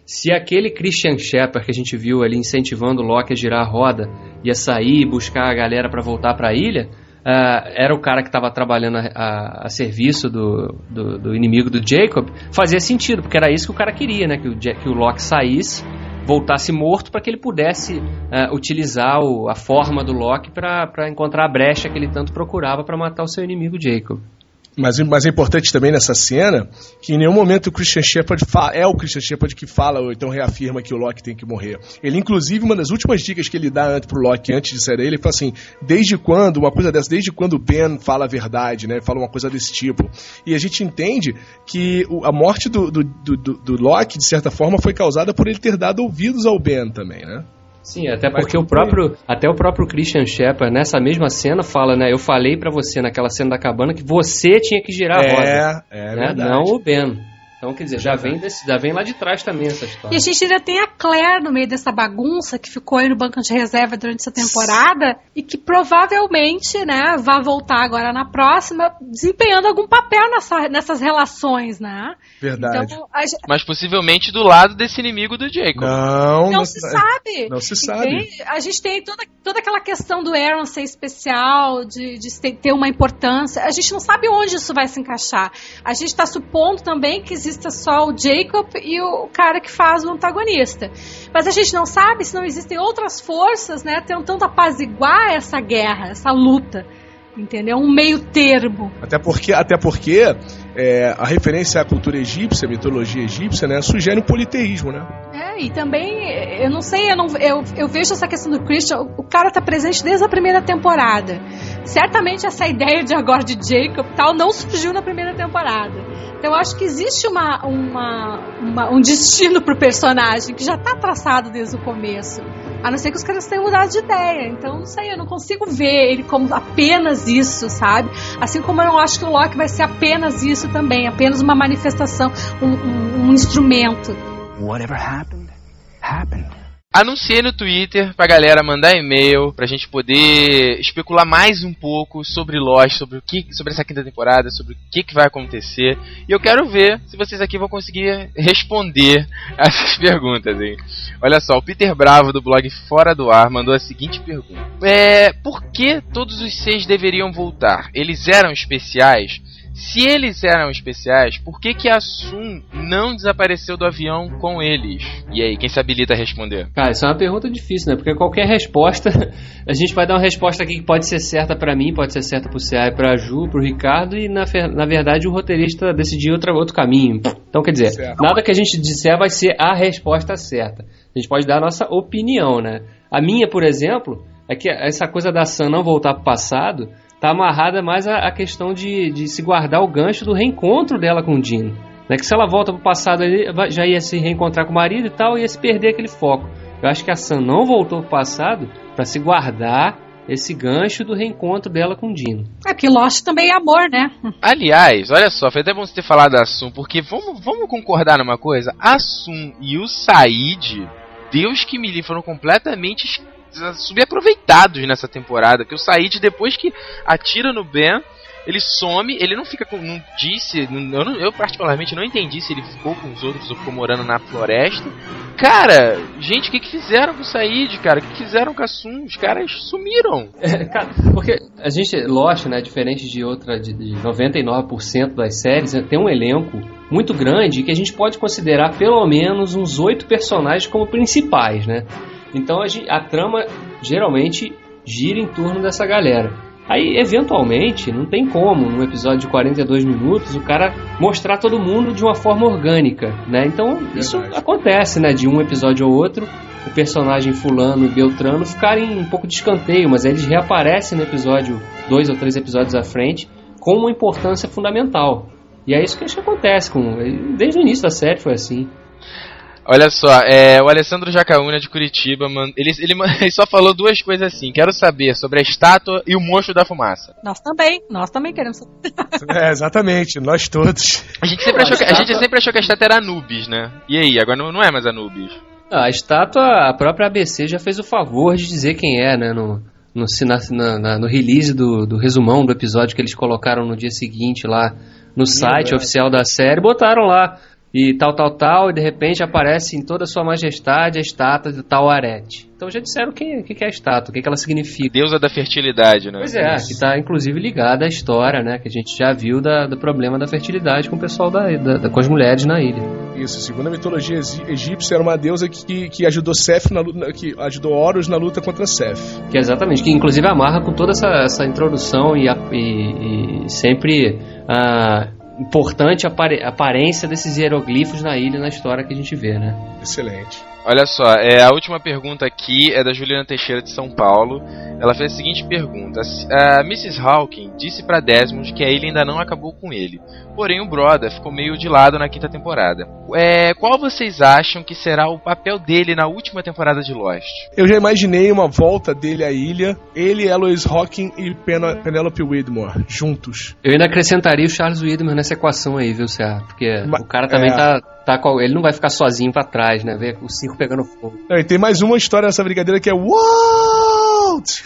Se aquele Christian Shepherd que a gente viu ali incentivando o Loki a girar a roda, ia sair e buscar a galera para voltar para a ilha, uh, era o cara que estava trabalhando a, a, a serviço do, do, do inimigo do Jacob, fazia sentido, porque era isso que o cara queria, né? Que o, que o Loki saísse, voltasse morto para que ele pudesse uh, utilizar o, a forma do Loki para encontrar a brecha que ele tanto procurava para matar o seu inimigo Jacob. Mas, mas é importante também nessa cena que em nenhum momento o Christian Shepherd fala, é o Christian Shepherd que fala ou então reafirma que o Loki tem que morrer. Ele, inclusive, uma das últimas dicas que ele dá pro Loki antes de sair, ele fala assim, desde quando, uma coisa dessa, desde quando o Ben fala a verdade, né? Fala uma coisa desse tipo. E a gente entende que a morte do, do, do, do Loki, de certa forma, foi causada por ele ter dado ouvidos ao Ben também, né? Sim, até porque o próprio, até o próprio Christian Shepherd, nessa mesma cena, fala, né? Eu falei pra você naquela cena da cabana que você tinha que girar a é, roda. É, né? verdade. Não o Ben. Então, quer dizer, já vem, desse, já vem lá de trás também essa história. E a gente ainda tem a Claire no meio dessa bagunça que ficou aí no banco de reserva durante essa temporada e que provavelmente, né, vai voltar agora na próxima desempenhando algum papel nessa, nessas relações, né? Verdade. Então, a... Mas possivelmente do lado desse inimigo do Jacob. Não, não, não se sabe. Não se sabe. Entende? A gente tem toda, toda aquela questão do Aaron ser especial, de, de ter uma importância. A gente não sabe onde isso vai se encaixar. A gente está supondo também que exista só o Jacob e o cara que faz o antagonista. Mas a gente não sabe se não existem outras forças, né, tentando apaziguar essa guerra, essa luta. Entendeu? Um meio termo. Até porque, até porque é, a referência à cultura egípcia, à mitologia egípcia, né, sugere um politeísmo, né? É, e também, eu não sei, eu, não, eu, eu vejo essa questão do Christian, o, o cara tá presente desde a primeira temporada. Certamente essa ideia de agora de Jacob e tal não surgiu na primeira temporada. Então eu acho que existe uma, uma, uma, um destino pro personagem que já tá traçado desde o começo. A não ser que os caras tenham mudado de ideia. Então, não sei, eu não consigo ver ele como apenas isso, sabe? Assim como eu não acho que o Loki vai ser apenas isso também. Apenas uma manifestação, um, um, um instrumento. Whatever happened, happened. Anunciei no Twitter pra galera mandar e-mail pra gente poder especular mais um pouco sobre Lost, sobre o que, sobre essa quinta temporada, sobre o que, que vai acontecer. E eu quero ver se vocês aqui vão conseguir responder essas perguntas, hein? Olha só, o Peter Bravo do blog Fora do Ar mandou a seguinte pergunta: é, por que todos os seis deveriam voltar? Eles eram especiais? Se eles eram especiais, por que que a Sun não desapareceu do avião com eles? E aí, quem se habilita a responder? Cara, isso é uma pergunta difícil, né? Porque qualquer resposta, a gente vai dar uma resposta aqui que pode ser certa pra mim, pode ser certa pro C A e pra Ju, pro Ricardo, e na, na verdade o roteirista decidiu outro, outro caminho. Então, quer dizer, certo. Nada que a gente disser vai ser a resposta certa. A gente pode dar a nossa opinião, né? A minha, por exemplo, é que essa coisa da Sun não voltar pro passado tá amarrada mais a, a questão de, de se guardar o gancho do reencontro dela com o Dean. Né? Que se ela volta pro passado, já ia se reencontrar com o marido e tal, ia se perder aquele foco. Eu acho que a Sun não voltou pro passado para se guardar esse gancho do reencontro dela com o Dean. É porque Lost também é amor, né? Aliás, olha só, foi até bom você ter falado da Sun, porque vamos, vamos concordar numa coisa? A Sun e o Said, Deus que me livre, foram completamente subaproveitados nessa temporada, que o Said, depois que atira no Ben, ele some, ele não fica com, não disse, não, eu, não, eu particularmente não entendi se ele ficou com os outros ou ficou morando na floresta. Cara, gente, o que que fizeram com o Said, cara? O que fizeram com a Sun? Os caras sumiram. É, cara, porque a gente, Lost, né, diferente de outra, de, de noventa e nove por cento das séries, né, tem um elenco muito grande que a gente pode considerar pelo menos uns oito personagens como principais, né? Então a, a trama geralmente gira em torno dessa galera. Aí, eventualmente, não tem como, num episódio de quarenta e dois minutos, o cara mostrar todo mundo de uma forma orgânica, né? Então, isso acontece, né? De um episódio ao outro, o personagem fulano e beltrano ficarem um pouco de escanteio, mas eles reaparecem no episódio, dois ou três episódios à frente, com uma importância fundamental. E é isso que acho que acontece, com, desde o início da série foi assim. Olha só, é, o Alessandro Jacaúna de Curitiba, man, ele, ele, ele só falou duas coisas assim. Quero saber sobre a estátua e o monstro da fumaça. Nós também, nós também queremos saber. É, exatamente, nós todos. A gente sempre, achou que, a gente sempre achou que a estátua era Anubis, né? E aí, agora não, não é mais Anubis. Ah, a estátua, a própria A B C já fez o favor de dizer quem é, né? No, no, na, na, no release do, do resumão do episódio que eles colocaram no dia seguinte lá no site é. oficial da série, botaram lá e tal, tal, tal, e de repente aparece em toda a sua majestade a estátua de tal Arete. Então já disseram o que, que é a estátua, o que, que ela significa. Deusa da fertilidade, né? Pois é, que está inclusive ligada à história, né, que a gente já viu da, do problema da fertilidade com o pessoal da, da, da, com as mulheres na ilha. Isso, segundo a mitologia egípcia, era uma deusa que, que ajudou Seth na, que ajudou Horus na luta contra Seth. Que exatamente, que inclusive amarra com toda essa, essa introdução e, a, e, e sempre a importante apare, aparência desses hieroglifos na ilha, na história que a gente vê, né? Excelente. Olha só, é, a última pergunta aqui é da Juliana Teixeira de São Paulo. Ela fez a seguinte pergunta: a missus Hawking disse pra Desmond que a ilha ainda não acabou com ele, porém o Brother ficou meio de lado na quinta temporada. É, qual vocês acham que será o papel dele na última temporada de Lost? Eu já imaginei uma volta dele à ilha, ele, Eloise Hawking e Pen- Penelope Widmore juntos. Eu ainda acrescentaria o Charles Widmore nessa equação aí, viu, Serra? Porque Mas, o cara também é... tá... Tá, ele não vai ficar sozinho pra trás, né? Ver o circo pegando fogo. Não, e tem mais uma história nessa brincadeira que é Walt!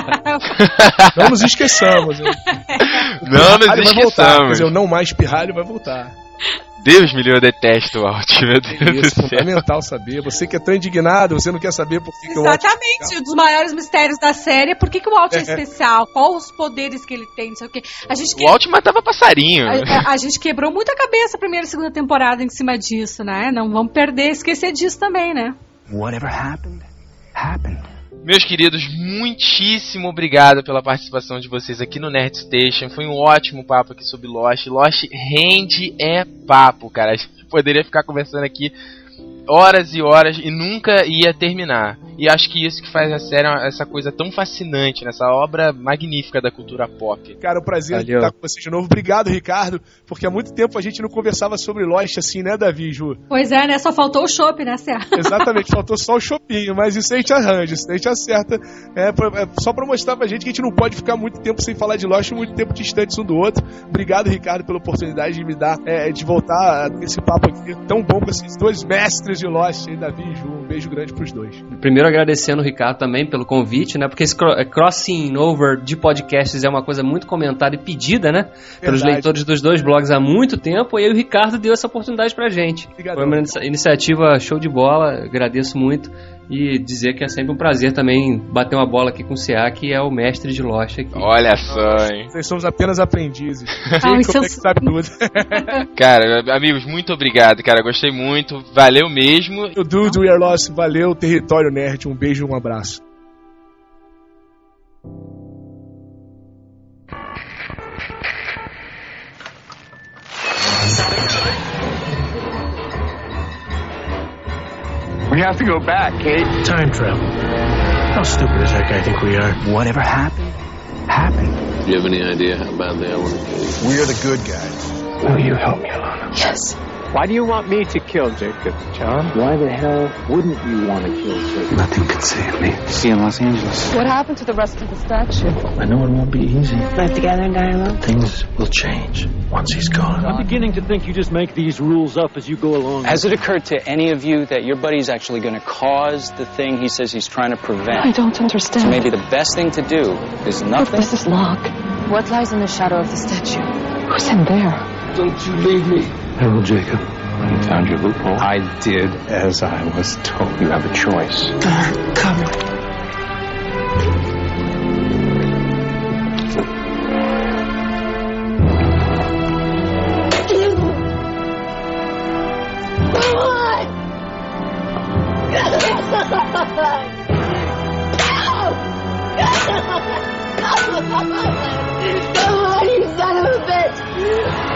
Não nos esqueçamos. Né? Não nos esqueçamos. Vai voltar. Quer dizer, o não mais pirralho vai voltar. Deus me livre, eu detesto o Walt, meu Deus Isso, do céu. É fundamental saber. Você que é tão indignado, você não quer saber por que, que o Walt... Exatamente, um dos maiores mistérios da série é por que, que o Walt é, é especial, qual os poderes que ele tem, não sei o quê. A gente que... O Walt matava passarinho. A, a, a gente quebrou muita cabeça a primeira e segunda temporada em cima disso, né? Não vamos perder, esquecer disso também, né? Whatever happened, happened. Meus queridos, muitíssimo obrigado pela participação de vocês aqui no Nerd Station. Foi um ótimo papo aqui sobre Lost. Lost rende é papo, cara. A gente poderia ficar conversando aqui horas e horas e nunca ia terminar. E acho que isso que faz a série essa coisa tão fascinante, nessa obra magnífica da cultura pop. Cara, o prazer de estar com vocês de novo. Obrigado, Ricardo, porque há muito tempo a gente não conversava sobre Lost assim, né, Davi e Ju? Pois é, né? Só faltou o chopp, né, Serra? Exatamente, faltou só o chopinho, mas isso a gente arranja, isso a gente acerta. É, pra, é só pra mostrar pra gente que a gente não pode ficar muito tempo sem falar de Lost, muito tempo distantes um do outro. Obrigado, Ricardo, pela oportunidade de me dar, é, de voltar nesse papo aqui tão bom com esses dois mestres de Lost, hein, Davi e Ju. Um beijo grande pros dois. Primeiro agradecendo o Ricardo também pelo convite, né? Porque esse crossing over de podcasts é uma coisa muito comentada e pedida, né? Verdade. Pelos leitores dos dois blogs há muito tempo, e aí o Ricardo deu essa oportunidade pra gente. Obrigado. Foi uma iniciativa show de bola, agradeço muito. E dizer que é sempre um prazer também bater uma bola aqui com o C A, que é o mestre de Lost aqui. Olha só, hein? Vocês somos apenas aprendizes. Como é que sabe tudo? Cara, amigos, muito obrigado, cara. Gostei muito. Valeu mesmo. O Dude, We Are Lost. Valeu, Território Nerd. Um beijo e um abraço. We have to go back, Kate. Time travel. How stupid does that guy think we are? Whatever happened, happened. Do you have any idea how badly I want to kill you? We are the good guys. Will you help me, Alana? Yes. Why do you want me to kill Jacob, John? Why the hell wouldn't you want to kill Jacob? Nothing could save me. See you in Los Angeles. What happened to the rest of the statue? I know it won't be easy. Live together and die alone? Things will change once he's gone. I'm beginning to think you just make these rules up as you go along. Has it occurred to any of you that your buddy's actually going to cause the thing he says he's trying to prevent? I don't understand. So maybe the best thing to do is nothing. This is locked. What lies in the shadow of the statue? Who's in there? Don't you leave me. Harold Jacob. You found your loophole. I did as I was told. You have a choice. They're coming. Come on, you son of a bitch!